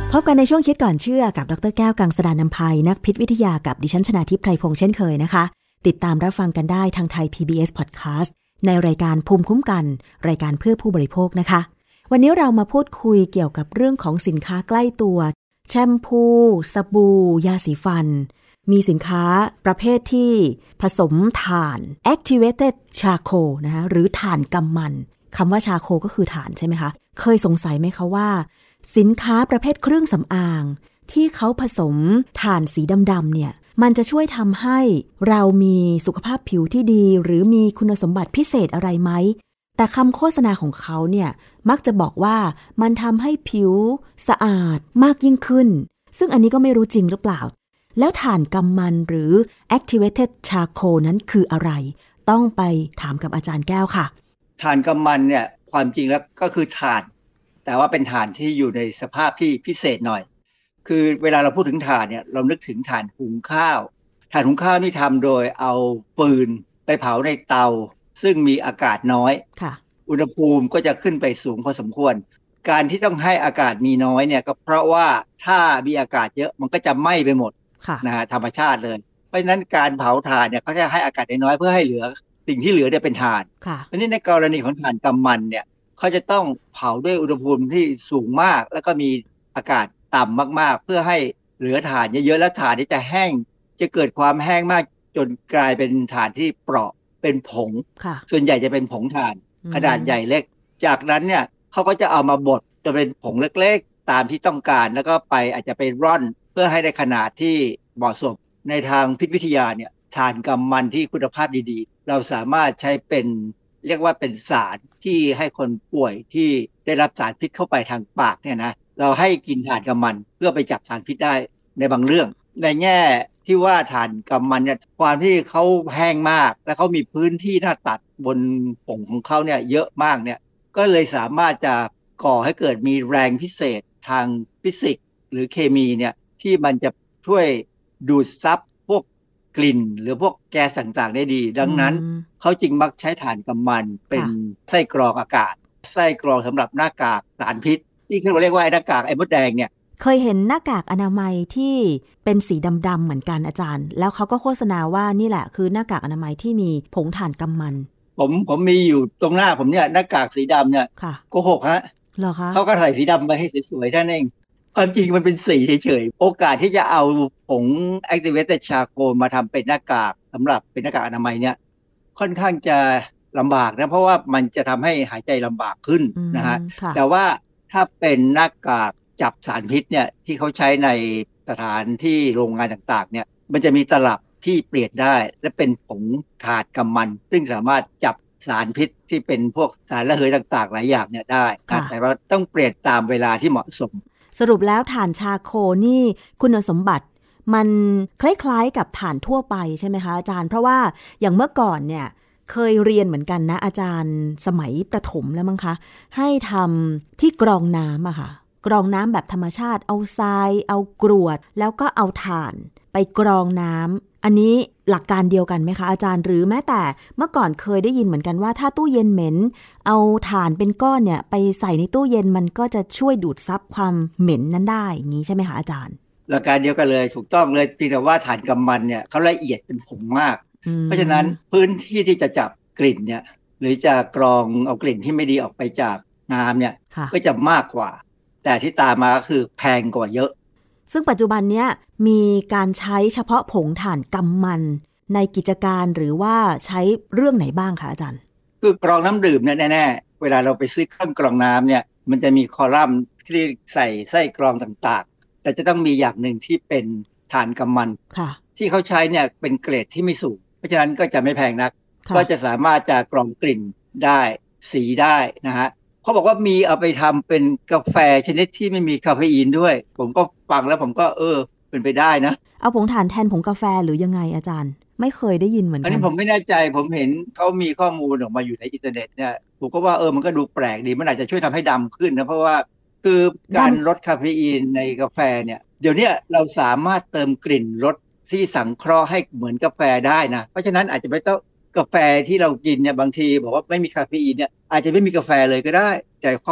พบกันในช่วงคิดก่อนเชื่อกับดรแก้วกังสดาลอำไพนักพิษวิทยากับดิฉันชนาทิพย์ไพรพงษ์เช่นเคยนะคะติดตามรับฟังกันได้ทางไทย พี บี เอส Podcast ในรายการภูมิคุ้มกันรายการเพื่อผู้บริโภคนะคะวันนี้เรามาพูดคุยเกี่ยวกับเรื่องของสินค้าใกล้ตัวแชมพูสบู่ยาสีฟันมีสินค้าประเภทที่ผสมถ่าน activated charcoal นะคะหรือถ่านกำมันคำว่าชาโคก็คือถ่านใช่ไหมคะเคยสงสัยไหมคะว่าสินค้าประเภทเครื่องสำอางที่เขาผสมถ่านสีดำๆเนี่ยมันจะช่วยทำให้เรามีสุขภาพผิวที่ดีหรือมีคุณสมบัติพิเศษอะไรไหมแต่คำโฆษณาของเขาเนี่ยมักจะบอกว่ามันทำให้ผิวสะอาดมากยิ่งขึ้นซึ่งอันนี้ก็ไม่รู้จริงหรือเปล่าแล้วถ่านกำมันหรือ activated charcoal นั้นคืออะไรต้องไปถามกับอาจารย์แก้วค่ะถ่านกำมันเนี่ยความจริงแล้วก็คือถ่านแต่ว่าเป็นถ่านที่อยู่ในสภาพที่พิเศษหน่อยคือเวลาเราพูดถึงถ่านเนี่ยเรานึกถึงถ่านหุงข้าวถ่านหุงข้าวนี่ทำโดยเอาฟืนไปเผาในเตาซึ่งมีอากาศน้อยอุณหภูมิก็จะขึ้นไปสูงพอสมควรการที่ต้องให้อากาศมีน้อยเนี่ยก็เพราะว่าถ้ามีอากาศเยอะมันก็จะไหม้ไปหมดนะฮะธรรมชาติเลยเพราะฉะนั้นการเผาถ่านเนี่ยเขาจะให้อากาศน้อยเพื่อให้เหลือสิ่งที่เหลือเนี่ยเป็นถ่านเพราะฉะนั้นในกรณีของถ่านกำมันเนี่ยเขาจะต้องเผาด้วยอุณหภูมิที่สูงมากแล้วก็มีอากาศต่ำมากๆเพื่อให้เหลือถ่านเยอะๆแล้วถ่านนี้จะแห้งจะเกิดความแห้งมากจนกลายเป็นถ่านที่เปราะเป็นผงส่วนใหญ่จะเป็นผงถ่านขนาดใหญ่เล็กจากนั้นเนี่ยเขาก็จะเอามาบดจะเป็นผงเล็กๆตามที่ต้องการแล้วก็ไปอาจจะไปร่อนเพื่อให้ได้ขนาดที่เหมาะสมในทางพิษวิทยาเนี่ยถ่านกำมันที่คุณภาพดีๆเราสามารถใช้เป็นเรียกว่าเป็นสารที่ให้คนป่วยที่ได้รับสารพิษเข้าไปทางปากเนี่ยนะเราให้กินถ่านกำมันเพื่อไปจับสารพิษได้ในบางเรื่องในแง่ที่ว่าถ่านกำมันเนี่ยความที่เขาแห้งมากและเขามีพื้นที่หน้าตัดบนผงของเขาเนี่ยเยอะมากเนี่ยก็เลยสามารถจะก่อให้เกิดมีแรงพิเศษทางฟิสิกส์หรือเคมีเนี่ยที่มันจะช่วยดูดซับพวกกลิ่นหรือพวกแก๊สต่างๆได้ดีดังนั้นเขาจึงมักใช้ถ่านกำมันเป็นไส้กรองอากาศไส้กรองสำหรับหน้ากากสารพิษที่เขาเรียกว่าหน้ากากไอ้มดแดงเนี่ยเคยเห็นหน้ากากอนามัยที่เป็นสีดำๆเหมือนกันอาจารย์แล้วเขาก็โฆษณาว่านี่แหละคือหน้ากากอนามัยที่มีผงถ่านกำมันผมผมมีอยู่ตรงหน้าผมเนี่ยหน้ากากสีดำเนี่ยโกหกฮะเหรอคะเขาก็ใส่สีดำไปให้สวยๆท่านเองความจริงมันเป็นสีเฉยๆโอกาสที่จะเอาผง activated charcoal มาทำเป็นหน้ากากสำหรับเป็นหน้ากากอนามัยเนี่ยค่อนข้างจะลำบากนะเพราะว่ามันจะทำให้หายใจลำบากขึ้นนะฮะแต่ว่าถ้าเป็นหน้ากากจับสารพิษเนี่ยที่เขาใช้ในสถานที่โรงงานต่างๆเนี่ยมันจะมีตลับที่เปลี่ยนได้และเป็นผงถ่านกำมันซึ่งสามารถจับสารพิษที่เป็นพวกสารระเหยต่างๆหลายอย่างเนี่ยได้แต่ว่าต้องเปลี่ยนตามเวลาที่เหมาะสมสรุปแล้วถ่านชาโคนี่คุณสมบัติมันคล้ายๆกับถ่านทั่วไปใช่ไหมคะอาจารย์เพราะว่าอย่างเมื่อก่อนเนี่ยเคยเรียนเหมือนกันนะอาจารย์สมัยประถมแล้วมั้งคะให้ทำที่กรองน้ำอะค่ะกรองน้ำแบบธรรมชาติเอาทรายเอากรวดแล้วก็เอาถ่านไปกรองน้ำอันนี้หลักการเดียวกันไหมคะอาจารย์หรือแม้แต่เมื่อก่อนเคยได้ยินเหมือนกันว่าถ้าตู้เย็นเหม็นเอาถ่านเป็นก้อนเนี่ยไปใส่ในตู้เย็นมันก็จะช่วยดูดซับความเหม็นนั้นได้อย่างนี้ใช่ไหมคะอาจารย์หลักการเดียวกันเลยถูกต้องเลยเพียงแต่ว่าถ่านกำมันเนี่ยเขาละเอียดเป็นผงมากเพราะฉะนั้นพื้นที่ที่จะจับกลิ่นเนี่ยหรือจะกรองเอากลิ่นที่ไม่ดีออกไปจากน้ำเนี่ยก็จะมากกว่าแต่ที่ตามมาก็คือแพงกว่าเยอะซึ่งปัจจุบันเนี้ยมีการใช้เฉพาะผงถ่านกำมันในกิจการหรือว่าใช้เรื่องไหนบ้างคะอาจารย์คือกรองน้ำดื่มเนี่ยแน่ๆเวลาเราไปซื้อเครื่องกรองน้ำเนี่ยมันจะมีคอลัมน์ที่ใส่ไส้กรองต่างๆแต่จะต้องมีอย่างหนึ่งที่เป็นถ่านกำมันที่เขาใช้เนี่ยเป็นเกรดที่ไม่สูงเพราะฉะนั้นก็จะไม่แพงนักก็จะสามารถจะกรองกลิ่นได้สีได้นะฮะเขาบอกว่ามีเอาไปทำเป็นกาแฟชนิดที่ไม่มีคาเฟอีนด้วยผมก็ฟังแล้วผมก็เออเป็นไปได้นะเอาผงถ่านแทนผงกาแฟหรือยังไงอาจารย์ไม่เคยได้ยินเหมือนกันอันนี้ผมไม่แน่ใจผมเห็นเขามีข้อมูลออกมาอยู่ในอินเทอร์เน็ตเนี่ยผมก็ว่าเออมันก็ดูแปลกดีมันอาจจะช่วยทำให้ดำขึ้นนะเพราะว่าคือการลดคาเฟอีนในกาแฟเนี่ยเดี๋ยวนี้เราสามารถเติมกลิ่นรสที่สังเคราะห์ให้เหมือนกาแฟได้นะเพราะฉะนั้นอาจจะไม่ต้องกาแฟที่เรากินเนี่ยบางทีบอกว่าไม่มีคาเฟอีนเนี่ยอาจจะไม่มีกาแฟเลยก็ได้แต่เขา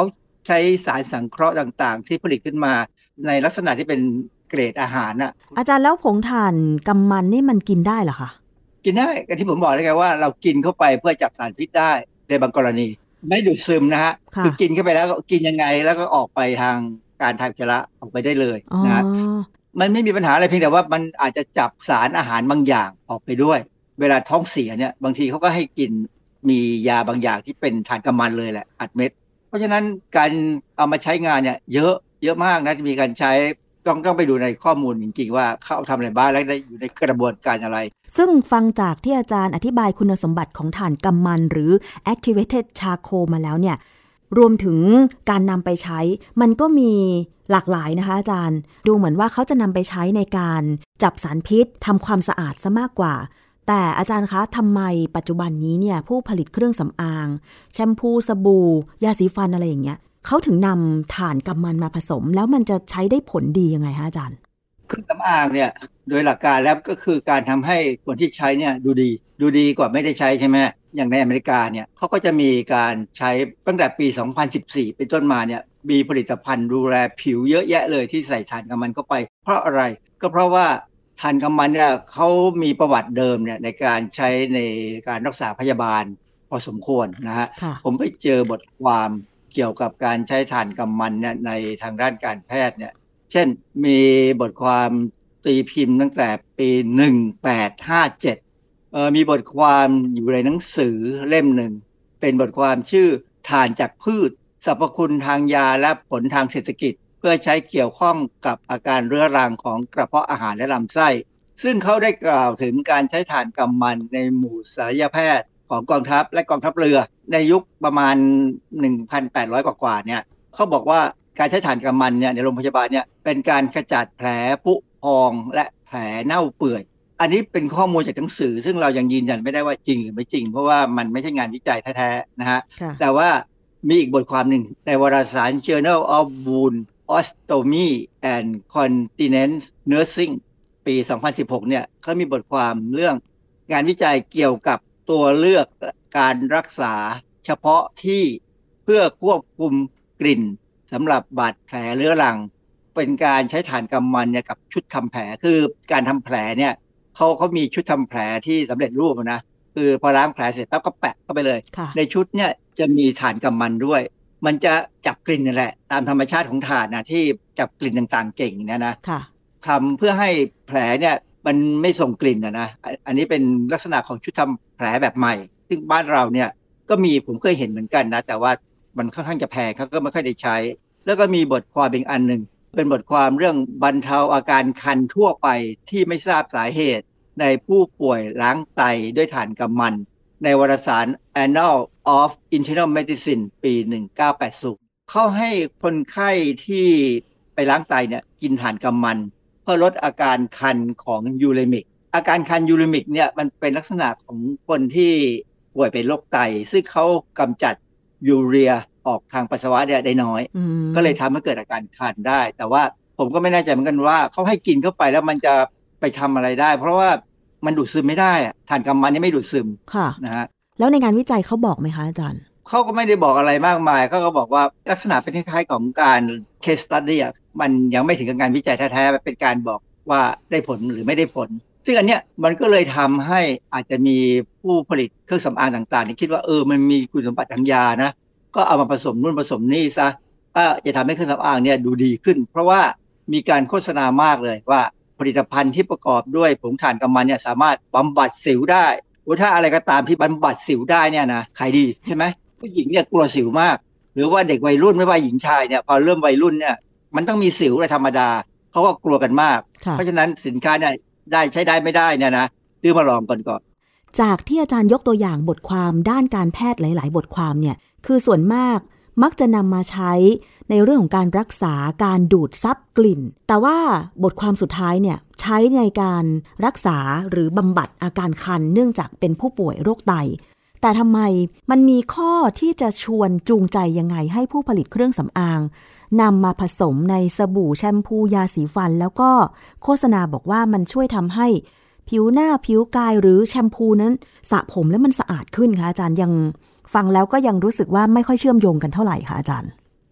ใช้สารสังเคราะห์ต่างๆที่ผลิตขึ้นมาในลักษณะที่เป็นเกรดอาหารน่ะอาจารย์แล้วผงถ่านกำมันนี่มันกินได้เหรอคะกินได้ก็ที่ผมบอกเลยไงว่าเรากินเข้าไปเพื่อจับสารพิษได้ในบางกรณีไม่ดูดซึมนะฮะคือกินเข้าไปแล้วกินยังไงแล้วก็ออกไปทางการถ่ายอุจจาระออกไปได้เลยนะมันไม่มีปัญหาอะไรเพียงแต่ว่ามันอาจจะจับสารอาหารบางอย่างออกไปด้วยเวลาท้องเสียเนี่ยบางทีเขาก็ให้กินมียาบางอย่างที่เป็นถ่านกำมันเลยแหละอัดเม็ดเพราะฉะนั้นการเอามาใช้งานเนี่ยเยอะเยอะมากนะจะมีการใช้ต้องต้องไปดูในข้อมูลจริงๆว่าเขาทำอะไรบ้างและได้อยู่ในกระบวนการอะไรซึ่งฟังจากที่อาจารย์อธิบายคุณสมบัติของถ่านกำมันหรือ activated charcoal มาแล้วเนี่ยรวมถึงการนำไปใช้มันก็มีหลากหลายนะคะอาจารย์ดูเหมือนว่าเขาจะนำไปใช้ในการจับสารพิษทำความสะอาดซะมากกว่าแต่อาจารย์คะทำไมปัจจุบันนี้เนี่ยผู้ผลิตเครื่องสำอางแชมพูสบู่ยาสีฟันอะไรอย่างเงี้ยเขาถึงนำถ่านกำมันมาผสมแล้วมันจะใช้ได้ผลดียังไงคะอาจารย์เครื่องสำอางเนี่ยโดยหลักการแล้วก็คือการทำให้คนที่ใช้เนี่ยดูดีดูดีกว่าไม่ได้ใช้ใช่ไหมอย่างในอเมริกาเนี่ยเขาก็จะมีการใช้ตั้งแต่ปีสองพันสิบสี่เป็นต้นมาเนี่ยมีผลิตภัณฑ์ดูแลผิวเยอะแยะเลยที่ใส่ถ่านกำมันเข้าไปเพราะอะไรก็เพราะว่าถ่านกำมันเนี่ยเขามีประวัติเดิมเนี่ยในการใช้ในการรักษาพยาบาลพอสมควรนะฮะผมไปเจอบทความเกี่ยวกับการใช้ถ่านกำมันเนี่ยในทางด้านการแพทย์เนี่ยเช่นมีบทความตีพิมพ์ตั้งแต่ปีหนึ่งพันแปดร้อยห้าสิบเจ็ดเอ่อมีบทความอยู่ในหนังสือเล่มหนึ่งเป็นบทความชื่อถ่านจากพืชสรรพคุณทางยาและผลทางเศรษฐกิจเพื่อใช้เกี่ยวข้องกับอาการเรื้อรังของกระเพาะอาหารและลำไส้ซึ่งเขาได้กล่าวถึงการใช้ถ่านกำมันในหมู่ศัลยแพทย์ของกองทัพและกองทัพเรือในยุคประมาณ หนึ่งพันแปดร้อย กว่าๆเนี่ยเขาบอกว่าการใช้ถ่านกำมันเนี่ยในโรงพยาบาลเนี่ยเป็นการขจัดแผลผุพองและแผลเน่าเปื่อยอันนี้เป็นข้อมูลจากหนังสือซึ่งเรายังยืนยันไม่ได้ว่าจริงหรือไม่จริงเพราะว่ามันไม่ใช่งานวิจัยแท้ๆนะฮะแต่ว่ามีอีกบทความหนึ่งในวารสาร Journal of Wound Ostomy and Continence Nursing ปี สองพันสิบหก เนี่ยเขามีบทความเรื่องงานวิจัยเกี่ยวกับตัวเลือกการรักษาเฉพาะที่เพื่อควบคุมกลิ่นสำหรับบาดแผลเรื้อรังเป็นการใช้ถ่านกำมันเนี่ยกับชุดทำแผลคือการทำแผลเนี่ยเขาเขามีชุดทำแผลที่สำเร็จรูปนะคือพอล้างแผลเสร็จปั๊บก็แปะเข้าไปเลยในชุดเนี่ยจะมีถ่านกำมันด้วยมันจะจับกลิ่นนั่นแหละตามธรรมชาติของถ่านนะที่จับกลิ่นต่างๆเก่งเนี่ยนะทำเพื่อให้แผลเนี่ยมันไม่ส่งกลิ่นนะนะอันนี้เป็นลักษณะของชุดทำแผลแบบใหม่ซึ่งบ้านเราเนี่ยก็มีผมเคยเห็นเหมือนกันนะแต่ว่ามันค่อนข้างจะแพงเขาก็ไม่ค่อยได้ใช้แล้วก็มีบทความอีกอันหนึ่งเป็นบทความเรื่องบรรเทาอาการคันทั่วไปที่ไม่ทราบสาเหตุในผู้ป่วยล้างไตด้วยถ่านกำมันในวารสาร Annal of Internal Medicine ปี หนึ่งพันเก้าร้อยแปดสิบเขาให้คนไข้ที่ไปล้างไตเนี่ยกินถ่านกำมันเพื่อลดอาการคันของยูเรมิกอาการคันยูเรมิกเนี่ยมันเป็นลักษณะของคนที่ป่วยเป็นโรคไตซึ่งเขากำจัดยูเรียออกทางปัสสาวะได้น้อยก็เลยทำให้เกิดอาการคันได้แต่ว่าผมก็ไม่แน่ใจเหมือนกันว่าเขาให้กินเข้าไปแล้วมันจะไปทำอะไรได้เพราะว่ามันดูดซึมไม่ได้อะถ่านกำมันนี่ไม่ดูดซึมนะฮะแล้วในงานวิจัยเขาบอกไหมคะอาจารย์เขาก็ไม่ได้บอกอะไรมากมายเขาก็บอกว่าลักษณะเป็นคล้ายๆของการ case study อ่ะมันยังไม่ถึงกับงานวิจัยแท้ๆเป็นการบอกว่าได้ผลหรือไม่ได้ผลซึ่งอันเนี้ยมันก็เลยทำให้อาจจะมีผู้ผลิตเครื่องสำอางต่างๆที่คิดว่าเออมันมีคุณสมบัติทางยานะก็เอามาผสมนู่นผสมนี่ซะก็จะทำให้เครื่องสำอางเนี่ยดูดีขึ้นเพราะว่ามีการโฆษณามากเลยว่าผลิตภัณฑ์ที่ประกอบด้วยผงถ่านกำมันเนี่ยสามารถบำบัดสิวได้ถ้าอะไรก็ตามที่บำบัดสิวได้เนี่ยนะขายดีใช่ไหมผู้หญิงเนี่ยกลัวสิวมากหรือว่าเด็กวัยรุ่นไม่ว่าหญิงชายเนี่ยพอเริ่มวัยรุ่นเนี่ยมันต้องมีสิวธรรมดาเขาก็กลัวกันมากเพราะฉะนั้นสินค้าเนี่ยได้ใช้ได้ไม่ได้เนี่ยนะซื้อมาลองก่อนก่อนจากที่อาจารย์ยกตัวอย่างบทความด้านการแพทย์หลายๆบทความเนี่ยคือส่วนมากมักจะนำมาใช้ในเรื่องของการรักษาการดูดซับกลิ่นแต่ว่าบทความสุดท้ายเนี่ยใช้ในการรักษาหรือบำบัดอาการคันเนื่องจากเป็นผู้ป่วยโรคไตแต่ทำไมมันมีข้อที่จะชวนจูงใจยังไงให้ผู้ผลิตเครื่องสำอางนำมาผสมในสบู่แชมพูยาสีฟันแล้วก็โฆษณาบอกว่ามันช่วยทำให้ผิวหน้าผิวกายหรือแชมพูนั้นสระผมแล้วมันสะอาดขึ้นคะอาจารย์ยังฟังแล้วก็ยังรู้สึกว่าไม่ค่อยเชื่อมโยงกันเท่าไหร่ค่ะอาจารย์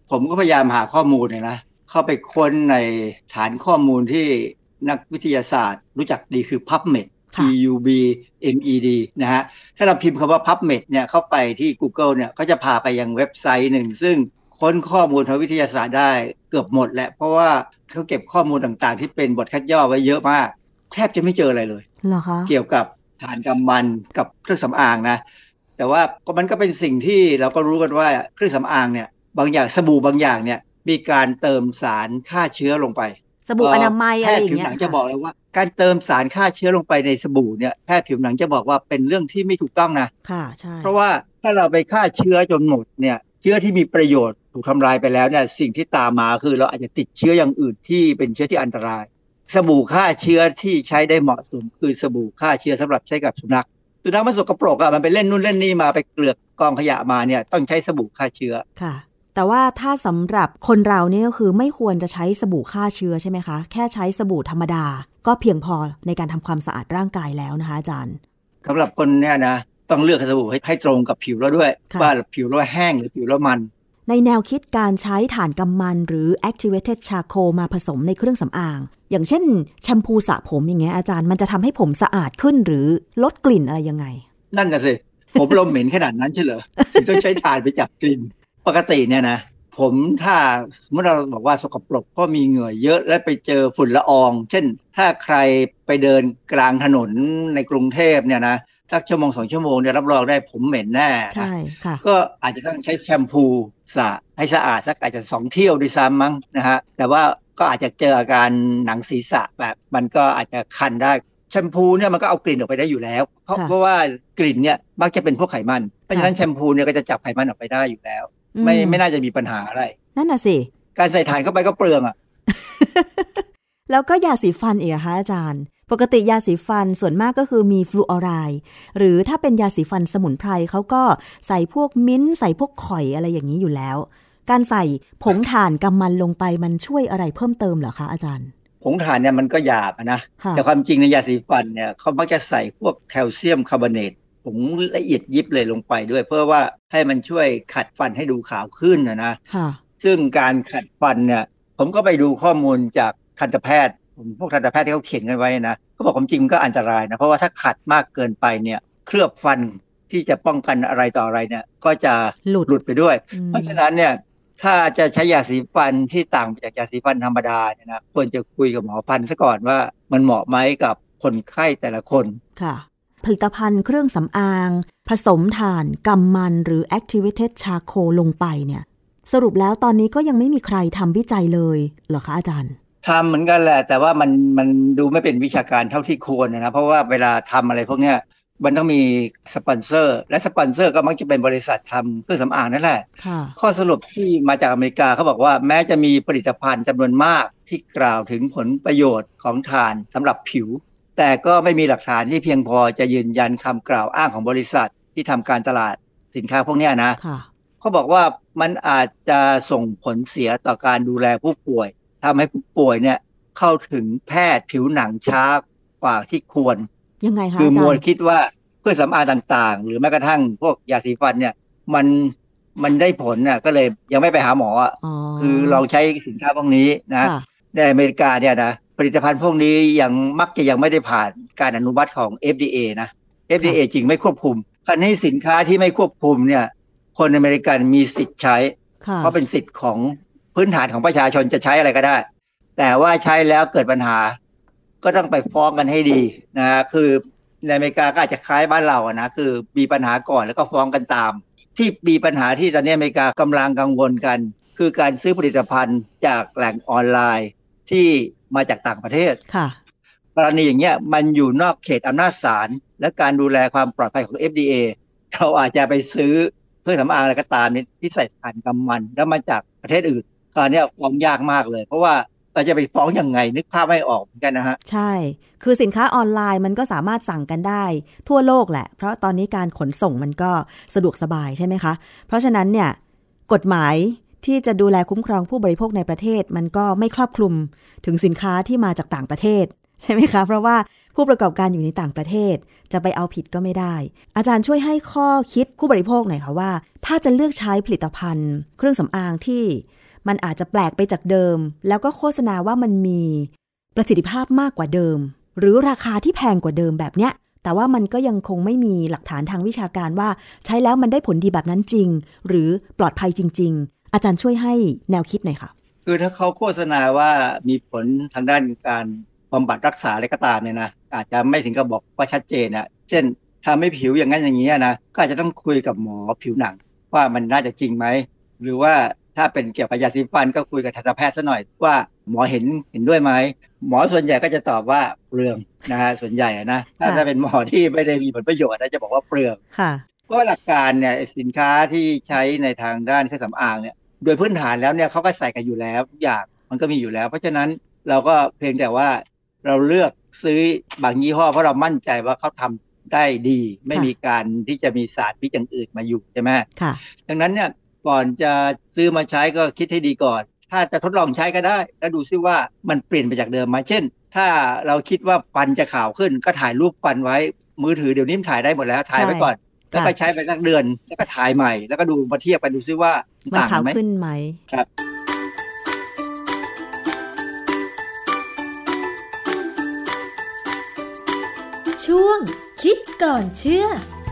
ผมก็พยายามหาข้อมูลเนี่ยนะเข้าไปค้นในฐานข้อมูลที่นักวิทยาศาสตร์รู้จักดีคือ PubMed P U B M E D นะฮะถ้าเราพิมพ์คำว่า PubMed เนี่ยเข้าไปที่ Google เนี่ยก็จะพาไปยังเว็บไซต์หนึ่งซึ่งค้นข้อมูลทางวิทยาศาสตร์ได้เกือบหมดแหละเพราะว่าเขาเก็บข้อมูลต่างๆที่เป็นบทคัดย่อไว้เยอะมากแทบจะไม่เจออะไรเลยเหรอคะเกี่ยวกับถ่านกำมันกับเครื่องสำอางนะแต่ว่ามันก็เป็นสิ่งที่เราก็รู้กันว่าเครื่องสำอางเนี่ยบางอย่างสบู่บางอย่างเนี่ยมีการเติมสารฆ่าเชื้อลงไปสบู่อนามัยอะไรอย่างเงี้ยแพทย์ผิวหนังจะบอกเลยว่าการเติมสารฆ่าเชื้อลงไปในสบู่เนี่ยแพทย์ผิวหนังจะบอกว่าเป็นเรื่องที่ไม่ถูกต้องนะค่ะใช่เพราะว่าถ้าเราไปฆ่าเชื้อจนหมดเนี่ยเชื้อที่มีประโยชน์ถูกทำลายไปแล้วเนี่ยสิ่งที่ตามมาคือเราอาจจะติดเชื้ออย่างอื่นที่เป็นเชื้อที่อันตรายสบู่ฆ่าเชื้อที่ใช้ได้เหมาะสมคือสบู่ฆ่าเชื้อสำหรับใช้กับสุนัขสุนัขมันสกปรกอ่ะมันไปเล่นนู่นเล่นนี่มาไปเกลือกกองขยะมาเนี่ยต้องใช้สบู่ฆ่าเชื้อค่ะแต่ว่าถ้าสำหรับคนเราเนี่ยก็คือไม่ควรจะใช้สบู่ฆ่าเชื้อใช่ไหมคะแค่ใช้สบู่ธรรมดาก็เพียงพอในการทำความสะอาดร่างกายแล้วนะคะอาจารย์สำหรับคนเนี่ยนะต้องเลือกสบู่ให้ให้ตรงกับผิวเราด้วยว่าผิวเราแห้งหรือผิวเรามันในแนวคิดการใช้ถ่านกำมันหรือ activated charcoal มาผสมในเครื่องสำอางอย่างเช่นแชมพูสระผมอย่างเงี้ยอาจารย์มันจะทำให้ผมสะอาดขึ้นหรือลดกลิ่นอะไรยังไงนั่นน่ะสิผมเราเหม็นขนาดนั้นใช่เหรอถึงต้องใช้ถ่านไปจับกลิ่นปกติเนี่ยนะผมถ้าเมื่อเราบอกว่าสกปรกก็มีเหงื่อเยอะและไปเจอฝุ่นละอองเช่นถ้าใครไปเดินกลางถนนในกรุงเทพเนี่ยนะสักชั่วโมงสองชั่วโมงเนี่ยรับรองได้ผมเหม็นแน่ใช่ค่ะก็อาจจะต้องใช้แชมพูสระให้สะอาดสักอาจจะสองเที่ยวด้วยซ้ำมั้งนะฮะแต่ว่าก็อาจจะเจออาการหนังศีรษะแบบมันก็อาจจะคันได้แชมพูเนี่ยมันก็เอากลิ่นออกไปได้อยู่แล้วเพราะเพราะว่ากลิ่นเนี่ยมักจะเป็นพวกไขมันเพราะฉะนั้นแชมพูเนี่ยก็จะจับไขมันออกไปได้อยู่แล้วไม่ไม่น่าจะมีปัญหาอะไรนั่นน่ะสิการใส่ถ่านเข้าไปก็เปลืองอ่ะแล้วก็ยาสีฟันอีกค่ะอาจารย์ปกติยาสีฟันส่วนมากก็คือมีฟลูออไรด์หรือถ้าเป็นยาสีฟันสมุนไพรเขาก็ใส่พวกมิ้นท์ใส่พวกข่อยอะไรอย่างนี้อยู่แล้วการใส่ผงถ่านกำมันลงไปมันช่วยอะไรเพิ่มเติมเหรอคะอาจารย์ผงถ่านเนี่ยมันก็หยาบนะแต่ความจริงในยาสีฟันเนี่ยเขามักจะใส่พวกแคลเซียมคาร์บอเนตผงละเอียดยิบเลยลงไปด้วยเพื่อว่าให้มันช่วยขัดฟันให้ดูขาวขึ้นนะนะซึ่งการขัดฟันเนี่ยผมก็ไปดูข้อมูลจากทันตแพทย์พวกทันตแพทย์ที่เขาเขียนกันไว้นะเขาบอกความจริงก็อันตรายนะเพราะว่าถ้าขัดมากเกินไปเนี่ยเคลือบฟันที่จะป้องกันอะไรต่ออะไรเนี่ยก็จะหลุดหลุดไปด้วยเพราะฉะนั้นเนี่ยถ้าจะใช้ยาสีฟันที่ต่างจากยาสีฟันธรรมดาเนี่ยนะควรจะคุยกับหมอฟันซะก่อนว่ามันเหมาะไหมกับคนไข้แต่ละคนค่ะผลิตภัณฑ์เครื่องสำอางผสมถ่านกำมันหรือ activated charcoal ลงไปเนี่ยสรุปแล้วตอนนี้ก็ยังไม่มีใครทำวิจัยเลยเหรอคะอาจารย์ทำเหมือนกันแหละแต่ว่ามันมันดูไม่เป็นวิชาการเท่าที่ควรนะเพราะว่าเวลาทำอะไรพวกเนี้ยมันต้องมีสปอนเซอร์และสปอนเซอร์ก็มักจะเป็นบริษัททำเครื่องสำอางนั่นแหละข้อสรุปที่มาจากอเมริกาเขาบอกว่าแม้จะมีผลิตภัณฑ์จำนวนมากที่กล่าวถึงผลประโยชน์ของถ่านสำหรับผิวแต่ก็ไม่มีหลักฐานที่เพียงพอจะยืนยันคำกล่าวอ้างของบริษัทที่ทำการตลาดสินค้าพวกนี้นะเขาบอกว่ามันอาจจะส่งผลเสียต่อการดูแลผู้ป่วยทำให้ผู้ป่วยเนี่ยเข้าถึงแพทย์ผิวหนังช้ากว่าที่ควรยังไงคะคือมัวคิดว่าเครื่องสำอางต่างๆหรือแม้กระทั่งพวกยาสีฟันเนี่ยมันมันได้ผลน่ะก็เลยยังไม่ไปหาหมออ่ะคือลองใช้สินค้าพวกนี้นะในอเมริกาเนี่ยนะผลิตภัณฑ์พวกนี้ยังมักจะยังไม่ได้ผ่านการอนุมัติของ เอฟ ดี เอ นะ เอฟ ดี เอ จริงไม่ควบคุมคันนี้สินค้าที่ไม่ควบคุมเนี่ยคนอเมริกันมีสิทธิ์ใช้เพราะเป็นสิทธิ์ของพื้นฐานของประชาชนจะใช้อะไรก็ได้แต่ว่าใช้แล้วเกิดปัญหาก็ต้องไปฟ้องกันให้ดีนะคือในอเมริกาก็อาจจะคล้ายบ้านเราอะนะคือมีปัญหาก่อนแล้วก็ฟ้องกันตามที่มีปัญหาที่ตอนนี้อเมริกากำลังกังวลกันคือการซื้อผลิตภัณฑ์จากแหล่งออนไลน์ที่มาจากต่างประเทศกรณีอย่างเงี้ยมันอยู่นอกเขตอำนาจศาลและการดูแลความปลอดภัยของ เอฟ ดี เอ เราอาจจะไปซื้อเครื่องสำอางอะไรก็ตามนี้ที่ใส่ถ่านกำมันแล้วมาจากประเทศอื่นคราวนี้ฟ้องยากมากเลยเพราะว่าเราจะไปฟ้องยังไงนึกภาพไม่ออกเหมือนกันนะฮะใช่คือสินค้าออนไลน์มันก็สามารถสั่งกันได้ทั่วโลกแหละเพราะตอนนี้การขนส่งมันก็สะดวกสบายใช่ไหมคะเพราะฉะนั้นเนี่ยกฎหมายที่จะดูแลคุ้มครองผู้บริโภคในประเทศมันก็ไม่ครอบคลุมถึงสินค้าที่มาจากต่างประเทศใช่ไหมคะเพราะว่าผู้ประกอบการอยู่ในต่างประเทศจะไปเอาผิดก็ไม่ได้อาจารย์ช่วยให้ข้อคิดผู้บริโภคหน่อยค่ะว่าถ้าจะเลือกใช้ผลิตภัณฑ์เครื่องสำอางที่มันอาจจะแปลกไปจากเดิมแล้วก็โฆษณาว่ามันมีประสิทธิภาพมากกว่าเดิมหรือราคาที่แพงกว่าเดิมแบบเนี้ยแต่ว่ามันก็ยังคงไม่มีหลักฐานทางวิชาการว่าใช้แล้วมันได้ผลดีแบบนั้นจริงหรือปลอดภัยจริงๆอาจารย์ช่วยให้แนวคิดหน่อยค่ะคือถ้าเขาโฆษณาว่ามีผลทางด้านการบำบัดรักษาอะไรก็ตามเนี่ยนะอาจจะไม่ถึงกับบอกว่าชัดเจนนะเช่นถ้าไม่ผิวอย่างนั้นอย่างนี้นะก็อาจจะต้องคุยกับหมอผิวหนังว่ามันน่าจะจริงไหมหรือว่าถ้าเป็นเกี่ยวกับยาสีฟันก็คุยกับทันตแพทย์ซะหน่อยว่าหมอเห็นเห็นด้วยไหมหมอส่วนใหญ่ก็จะตอบว่าเปลืองนะฮะส่วนใหญ่นะถ้าจะเป็นหมอที่ไม่ได้มีผลประโยชน์นะจะบอกว่าเปลืองเพราะหลักการเนี่ยสินค้าที่ใช้ในทางด้านเครื่องสำอางเนี่ยโดยพื้นฐานแล้วเนี่ยเขาก็ใส่กันอยู่แล้วทุกอย่างมันก็มีอยู่แล้วเพราะฉะนั้นเราก็เพียงแต่ว่าเราเลือกซื้อบางยี่ห้อเพราะเรามั่นใจว่าเขาทำได้ดีไม่มีการที่จะมีสารพิษอย่างอื่นมาอยู่ใช่ไหมค่ะดังนั้นเนี่ยก่อนจะซื้อมาใช้ก็คิดให้ดีก่อนถ้าจะทดลองใช้ก็ได้แล้วดูซิว่ามันเปลี่ยนไปจากเดิมไหมเช่นถ้าเราคิดว่าฟันจะขาวขึ้นก็ถ่ายรูปฟันไว้มือถือเดี๋ยวนี้ถ่ายได้หมดแล้วถ่ายไว้ก่อนแล้วก็ใช้ไปสักเดือนแล้วก็ถ่ายใหม่แล้วก็ดูมาเทียบกันดูซิว่ามันขาวขึ้นไหมครับช่วงคิดก่อนเชื่อ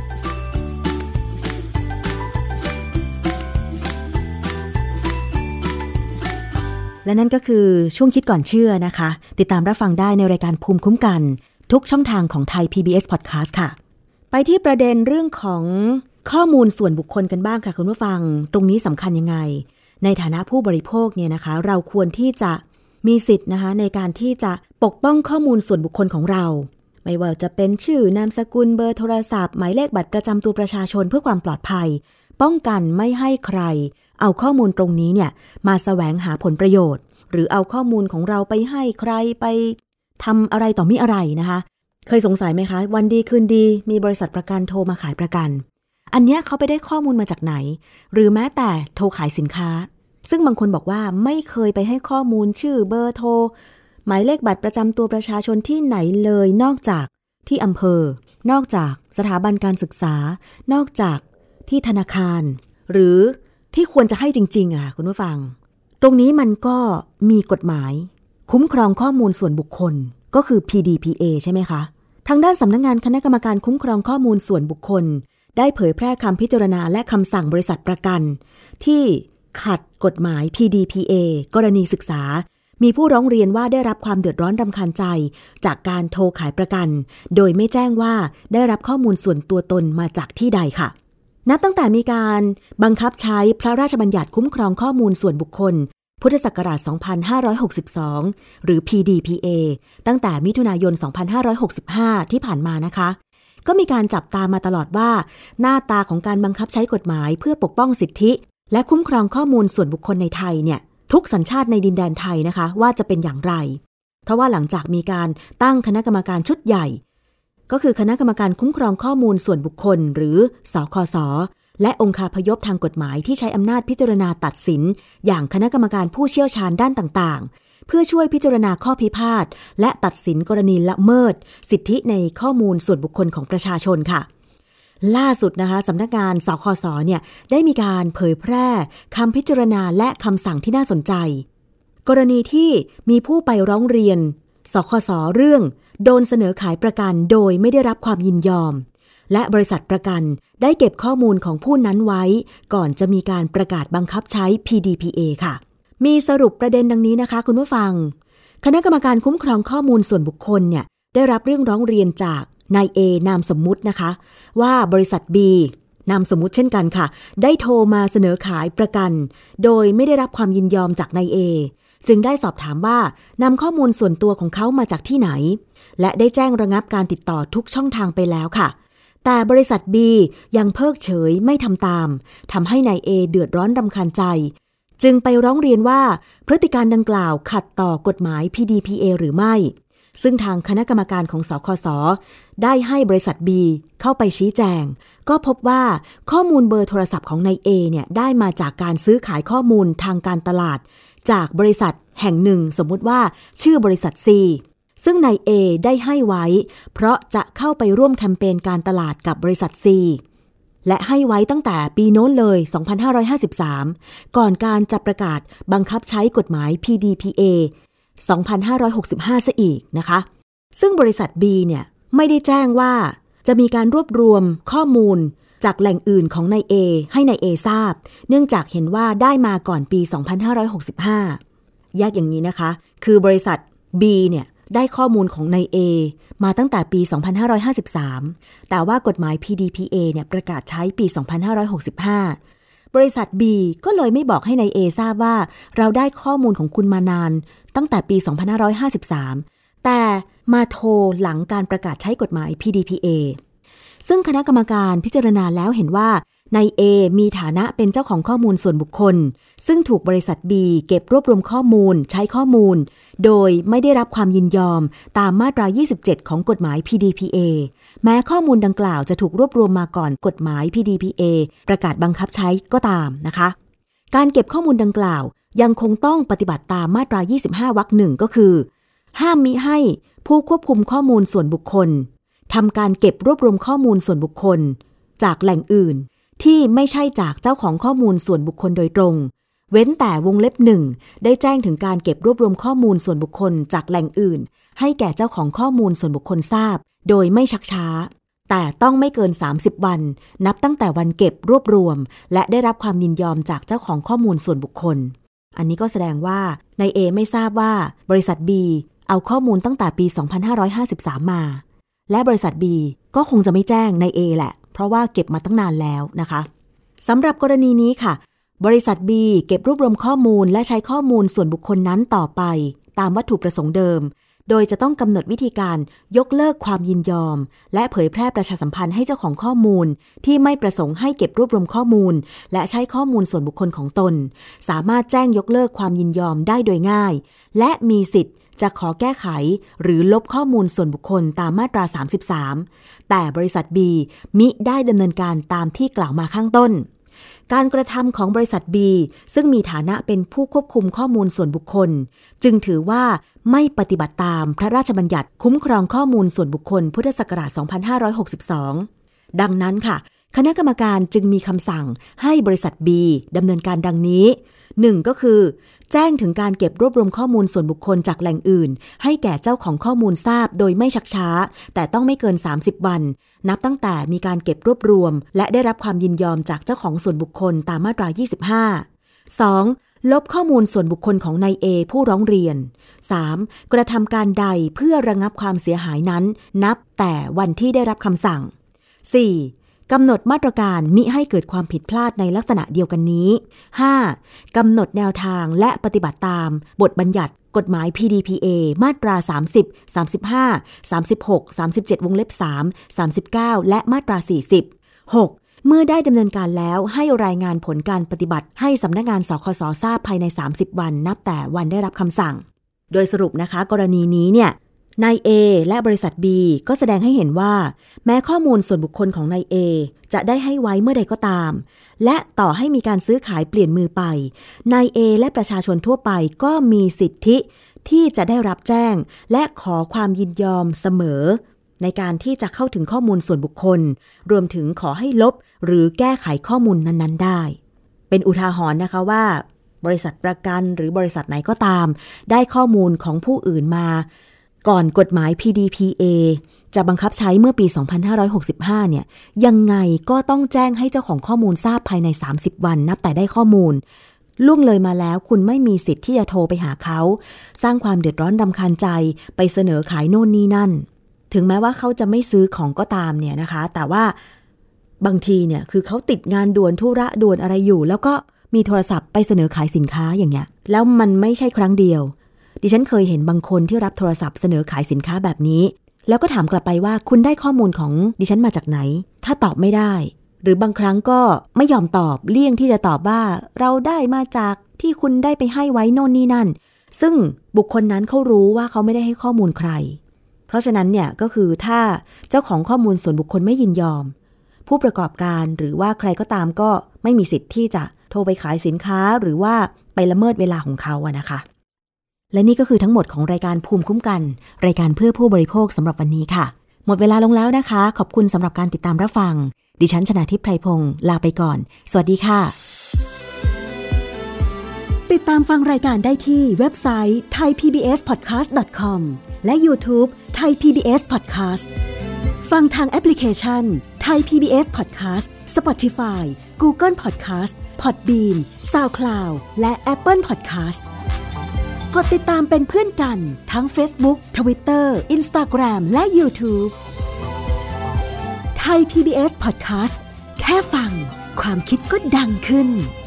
และนั่นก็คือช่วงคิดก่อนเชื่อนะคะติดตามรับฟังได้ในรายการภูมิคุ้มกันทุกช่องทางของไทย พี บี เอส Podcast ค่ะไปที่ประเด็นเรื่องของข้อมูลส่วนบุคคลกันบ้างค่ะคุณผู้ฟังตรงนี้สำคัญยังไงในฐานะผู้บริโภคเนี่ยนะคะเราควรที่จะมีสิทธิ์นะคะในการที่จะปกป้องข้อมูลส่วนบุคคลของเราไม่ว่าจะเป็นชื่อนามสกุลเบอร์โทรศัพท์หมายเลขบัตรประจำตัวประชาชนเพื่อความปลอดภัยป้องกันไม่ให้ใครเอาข้อมูลตรงนี้เนี่ยมาแสวงหาผลประโยชน์หรือเอาข้อมูลของเราไปให้ใครไปทำอะไรต่อมิอะไรนะคะเคยสงสัยไหมคะวันดีคืนดีมีบริษัทประกันโทรมาขายประกันอันเนี้ยเขาไปได้ข้อมูลมาจากไหนหรือแม้แต่โทรขายสินค้าซึ่งบางคนบอกว่าไม่เคยไปให้ข้อมูลชื่อเบอร์โทรหมายเลขบัตรประจำตัวประชาชนที่ไหนเลยนอกจากที่อำเภอนอกจากสถาบันการศึกษานอกจากที่ธนาคารหรือที่ควรจะให้จริงๆอ่ะคุณผู้ฟังตรงนี้มันก็มีกฎหมายคุ้มครองข้อมูลส่วนบุคคลก็คือ พี ดี พี เอ ใช่ไหมคะทางด้านสำนักงานคณะกรรมการคุ้มครองข้อมูลส่วนบุคคลได้เผยแพร่คำพิจารณาและคำสั่งบริษัทประกันที่ขัดกฎหมาย พี ดี พี เอ กรณีศึกษามีผู้ร้องเรียนว่าได้รับความเดือดร้อนรำคาญใจจากการโทรขายประกันโดยไม่แจ้งว่าได้รับข้อมูลส่วนตัวตนมาจากที่ใดค่ะนับตั้งแต่มีการบังคับใช้พระราชบัญญัติคุ้มครองข้อมูลส่วนบุคคลพุทธศักราช สองพันห้าร้อยหกสิบสอง หรือ พี ดี พี เอ ตั้งแต่มิถุนายน สองพันห้าร้อยหกสิบห้า ที่ผ่านมานะคะก็มีการจับตามาตลอดว่าหน้าตาของการบังคับใช้กฎหมายเพื่อปกป้องสิทธิและคุ้มครองข้อมูลส่วนบุคคลในไทยเนี่ยทุกสัญชาติในดินแดนไทยนะคะว่าจะเป็นอย่างไรเพราะว่าหลังจากมีการตั้งคณะกรรมการชุดใหญ่ก็คือคณะกรรมการคุ้มครองข้อมูลส่วนบุคคลหรือสคส.และองคาพยพทางกฎหมายที่ใช้อำนาจพิจารณาตัดสินอย่างคณะกรรมการผู้เชี่ยวชาญด้านต่างๆเพื่อช่วยพิจารณาข้อพิพาทและตัดสินกรณีละเมิดสิทธิในข้อมูลส่วนบุคคลของประชาชนค่ะล่าสุดนะคะสำนักงานสคส.เนี่ยได้มีการเผยแพร่คำพิจารณาและคำสั่งที่น่าสนใจกรณีที่มีผู้ไปร้องเรียนสคส.เรื่องโดนเสนอขายประกันโดยไม่ได้รับความยินยอมและบริษัทประกันได้เก็บข้อมูลของผู้นั้นไว้ก่อนจะมีการประกาศบังคับใช้ พี ดี พี เอ ค่ะมีสรุปประเด็นดังนี้นะคะคุณผู้ฟังคณะกรรมการคุ้มครองข้อมูลส่วนบุคคลเนี่ยได้รับเรื่องร้องเรียนจากนาย A นามสมมุตินะคะว่าบริษัท B นามสมมุติเช่นกันค่ะได้โทรมาเสนอขายประกันโดยไม่ได้รับความยินยอมจากนาย A จึงได้สอบถามว่านำข้อมูลส่วนตัวของเขามาจากที่ไหนและได้แจ้งระงับการติดต่อทุกช่องทางไปแล้วค่ะแต่บริษัท B ยังเพิกเฉยไม่ทำตามทำให้นาย A เดือดร้อนรำคาญใจจึงไปร้องเรียนว่าพฤติการดังกล่าวขัดต่อกฎหมาย พี ดี พี เอ หรือไม่ซึ่งทางคณะกรรมการของสคส.ได้ให้บริษัท B เข้าไปชี้แจงก็พบว่าข้อมูลเบอร์โทรศัพท์ของนาย A เนี่ยได้มาจากการซื้อขายข้อมูลทางการตลาดจากบริษัทแห่งหนึ่งสมมุติว่าชื่อบริษัท C ซึ่งนาย A ได้ให้ไว้เพราะจะเข้าไปร่วมแคมเปญการตลาดกับบริษัท C และให้ไว้ตั้งแต่ปีโน้นเลยสองพันห้าร้อยห้าสิบสามก่อนการจะประกาศบังคับใช้กฎหมาย พี ดี พี เอ สองพันห้าร้อยหกสิบห้าซะอีกนะคะซึ่งบริษัท B เนี่ยไม่ได้แจ้งว่าจะมีการรวบรวมข้อมูลจากแหล่งอื่นของนาย A ให้นาย A ทราบเนื่องจากเห็นว่าได้มาก่อนปีสองพันห้าร้อยหกสิบห้าแยกอย่างนี้นะคะคือบริษัท B เนี่ยได้ข้อมูลของนาย A มาตั้งแต่ปีสองพันห้าร้อยห้าสิบสามแต่ว่ากฎหมาย พี ดี พี เอ เนี่ยประกาศใช้ปีสองพันห้าร้อยหกสิบห้าบริษัท B ก็เลยไม่บอกให้นาย A ทราบว่าเราได้ข้อมูลของคุณมานานตั้งแต่ปีสองพันห้าร้อยห้าสิบสามแต่มาโทรหลังการประกาศใช้กฎหมาย พี ดี พี เอ ซึ่งคณะกรรมการพิจารณาแล้วเห็นว่านาย A มีฐานะเป็นเจ้าของข้อมูลส่วนบุคคลซึ่งถูกบริษัท B เก็บรวบรวมข้อมูลใช้ข้อมูลโดยไม่ได้รับความยินยอมตามมาตรายี่สิบเจ็ดของกฎหมาย พี ดี พี เอ แม้ข้อมูลดังกล่าวจะถูกรวบรวมมาก่อนกฎหมาย พี ดี พี เอ ประกาศบังคับใช้ก็ตามนะคะการเก็บข้อมูลดังกล่าวยังคงต้องปฏิบัติตามมาตรายี่สิบห้าวรรคหนึ่งก็คือห้ามมิให้ผู้ควบคุมข้อมูลส่วนบุคคลทำการเก็บรวบรวมข้อมูลส่วนบุคคลจากแหล่งอื่นที่ไม่ใช่จากเจ้าของข้อมูลส่วนบุคคลโดยตรงเว้นแต่วงเล็บหนึ่งได้แจ้งถึงการเก็บรวบรวมข้อมูลส่วนบุคคลจากแหล่งอื่นให้แก่เจ้าของข้อมูลส่วนบุคคลทราบโดยไม่ชักช้าแต่ต้องไม่เกินสามสิบวันนับตั้งแต่วันเก็บรวบรวมและได้รับความยินยอมจากเจ้าของข้อมูลส่วนบุคคลอันนี้ก็แสดงว่านาย A ไม่ทราบว่าบริษัท B เอาข้อมูลตั้งแต่ปีสองพันห้าร้อยห้าสิบสามมาและบริษัท B ก็คงจะไม่แจ้งนาย A แหละเพราะว่าเก็บมาตั้งนานแล้วนะคะสำหรับกรณีนี้ค่ะบริษัท B เก็บรวบรวมข้อมูลและใช้ข้อมูลส่วนบุคคลนั้นต่อไปตามวัตถุประสงค์เดิมโดยจะต้องกำหนดวิธีการยกเลิกความยินยอมและเผยแพร่ประชาสัมพันธ์ให้เจ้าของข้อมูลที่ไม่ประสงค์ให้เก็บรวบรวมข้อมูลและใช้ข้อมูลส่วนบุคคลของตนสามารถแจ้งยกเลิกความยินยอมได้โดยง่ายและมีสิทธิ์จะขอแก้ไขหรือลบข้อมูลส่วนบุคคลตามมาตราสามสิบสามแต่บริษัท B มิได้ดำเนินการตามที่กล่าวมาข้างต้นการกระทำของบริษัท B ซึ่งมีฐานะเป็นผู้ควบคุมข้อมูลส่วนบุคคลจึงถือว่าไม่ปฏิบัติตามพระราชบัญญัติคุ้มครองข้อมูลส่วนบุคคลพุทธศักราชสองพันห้าร้อยหกสิบสองดังนั้นค่ะคณะกรรมการจึงมีคำสั่งให้บริษัท B ดำเนินการดังนี้หนึ่งก็คือแจ้งถึงการเก็บรวบรวมข้อมูลส่วนบุคคลจากแหล่งอื่นให้แก่เจ้าของข้อมูลทราบโดยไม่ชักช้าแต่ต้องไม่เกินสามสิบวันนับตั้งแต่มีการเก็บรวบรวมและได้รับความยินยอมจากเจ้าของส่วนบุคคลตามมาตรายี่สิบห้า สองลบข้อมูลส่วนบุคคลของนาย A ผู้ร้องเรียน สาม กระทำการใดเพื่อระงับความเสียหายนั้นนับแต่วันที่ได้รับคำสั่ง สี่กำหนดมาตรการมิให้เกิดความผิดพลาดในลักษณะเดียวกันนี้ ห้ากำหนดแนวทางและปฏิบัติตามบทบัญญัติกฎหมาย พี ดี พี เอ มาตราสามสิบ สามสิบห้า สามสิบหก สามสิบเจ็ดวงเล็บสาม สามสิบเก้าและมาตราสี่สิบ หกเมื่อได้ดำเนินการแล้วให้รายงานผลการปฏิบัติให้สำนักงานสคสทราบภายในสามสิบวันนับแต่วันได้รับคำสั่งโดยสรุปนะคะกรณีนี้เนี่ยนาย A และบริษัท B ก็แสดงให้เห็นว่าแม้ข้อมูลส่วนบุคคลของนาย A จะได้ให้ไว้เมื่อใดก็ตามและต่อให้มีการซื้อขายเปลี่ยนมือไปนาย A และประชาชนทั่วไปก็มีสิทธิที่จะได้รับแจ้งและขอความยินยอมเสมอในการที่จะเข้าถึงข้อมูลส่วนบุคคลรวมถึงขอให้ลบหรือแก้ไขข้อมูลนั้นๆได้เป็นอุทาหรณ์นะคะว่าบริษัทประกันหรือบริษัทไหนก็ตามได้ข้อมูลของผู้อื่นมาก่อนกฎหมาย พี ดี พี เอ จะบังคับใช้เมื่อปี สองพันห้าร้อยหกสิบห้า เนี่ยยังไงก็ต้องแจ้งให้เจ้าของข้อมูลทราบภายในสามสิบวันนับแต่ได้ข้อมูลล่วงเลยมาแล้วคุณไม่มีสิทธิ์ที่จะโทรไปหาเขาสร้างความเดือดร้อนรำคาญใจไปเสนอขายโน่นนี่นั่นถึงแม้ว่าเขาจะไม่ซื้อของก็ตามเนี่ยนะคะแต่ว่าบางทีเนี่ยคือเขาติดงานด่วนธุระด่วนอะไรอยู่แล้วก็มีโทรศัพท์ไปเสนอขายสินค้าอย่างเงี้ยแล้วมันไม่ใช่ครั้งเดียวดิฉันเคยเห็นบางคนที่รับโทรศัพท์เสนอขายสินค้าแบบนี้แล้วก็ถามกลับไปว่าคุณได้ข้อมูลของดิฉันมาจากไหนถ้าตอบไม่ได้หรือบางครั้งก็ไม่ยอมตอบเลี่ยงที่จะตอบว่าเราได้มาจากที่คุณได้ไปให้ไว้โน่นนี่นั่นซึ่งบุคคลนั้นเขารู้ว่าเขาไม่ได้ให้ข้อมูลใครเพราะฉะนั้นเนี่ยก็คือถ้าเจ้าของข้อมูลส่วนบุคคลไม่ยินยอมผู้ประกอบการหรือว่าใครก็ตามก็ไม่มีสิทธิ์ที่จะโทรไปขายสินค้าหรือว่าไปละเมิดเวลาของเขาอะนะคะและนี่ก็คือทั้งหมดของรายการภูมิคุ้มกันรายการเพื่อผู้บริโภคสำหรับวันนี้ค่ะหมดเวลาลงแล้วนะคะขอบคุณสำหรับการติดตามรับฟังดิฉันชนาทิพย์ไพรพงศ์ลาไปก่อนสวัสดีค่ะติดตามฟังรายการได้ที่เว็บไซต์ ไทยพีบีเอสพอดแคสต์ ดอท คอม และ YouTube Thai พี บี เอส Podcast ฟังทางแอปพลิเคชัน Thai พี บี เอส Podcast Spotify Google Podcast Podbean SoundCloud และ Apple Podcast กดติดตามเป็นเพื่อนกันทั้ง Facebook Twitter Instagram และ YouTube Thai พี บี เอส Podcast แค่ฟังความคิดก็ดังขึ้น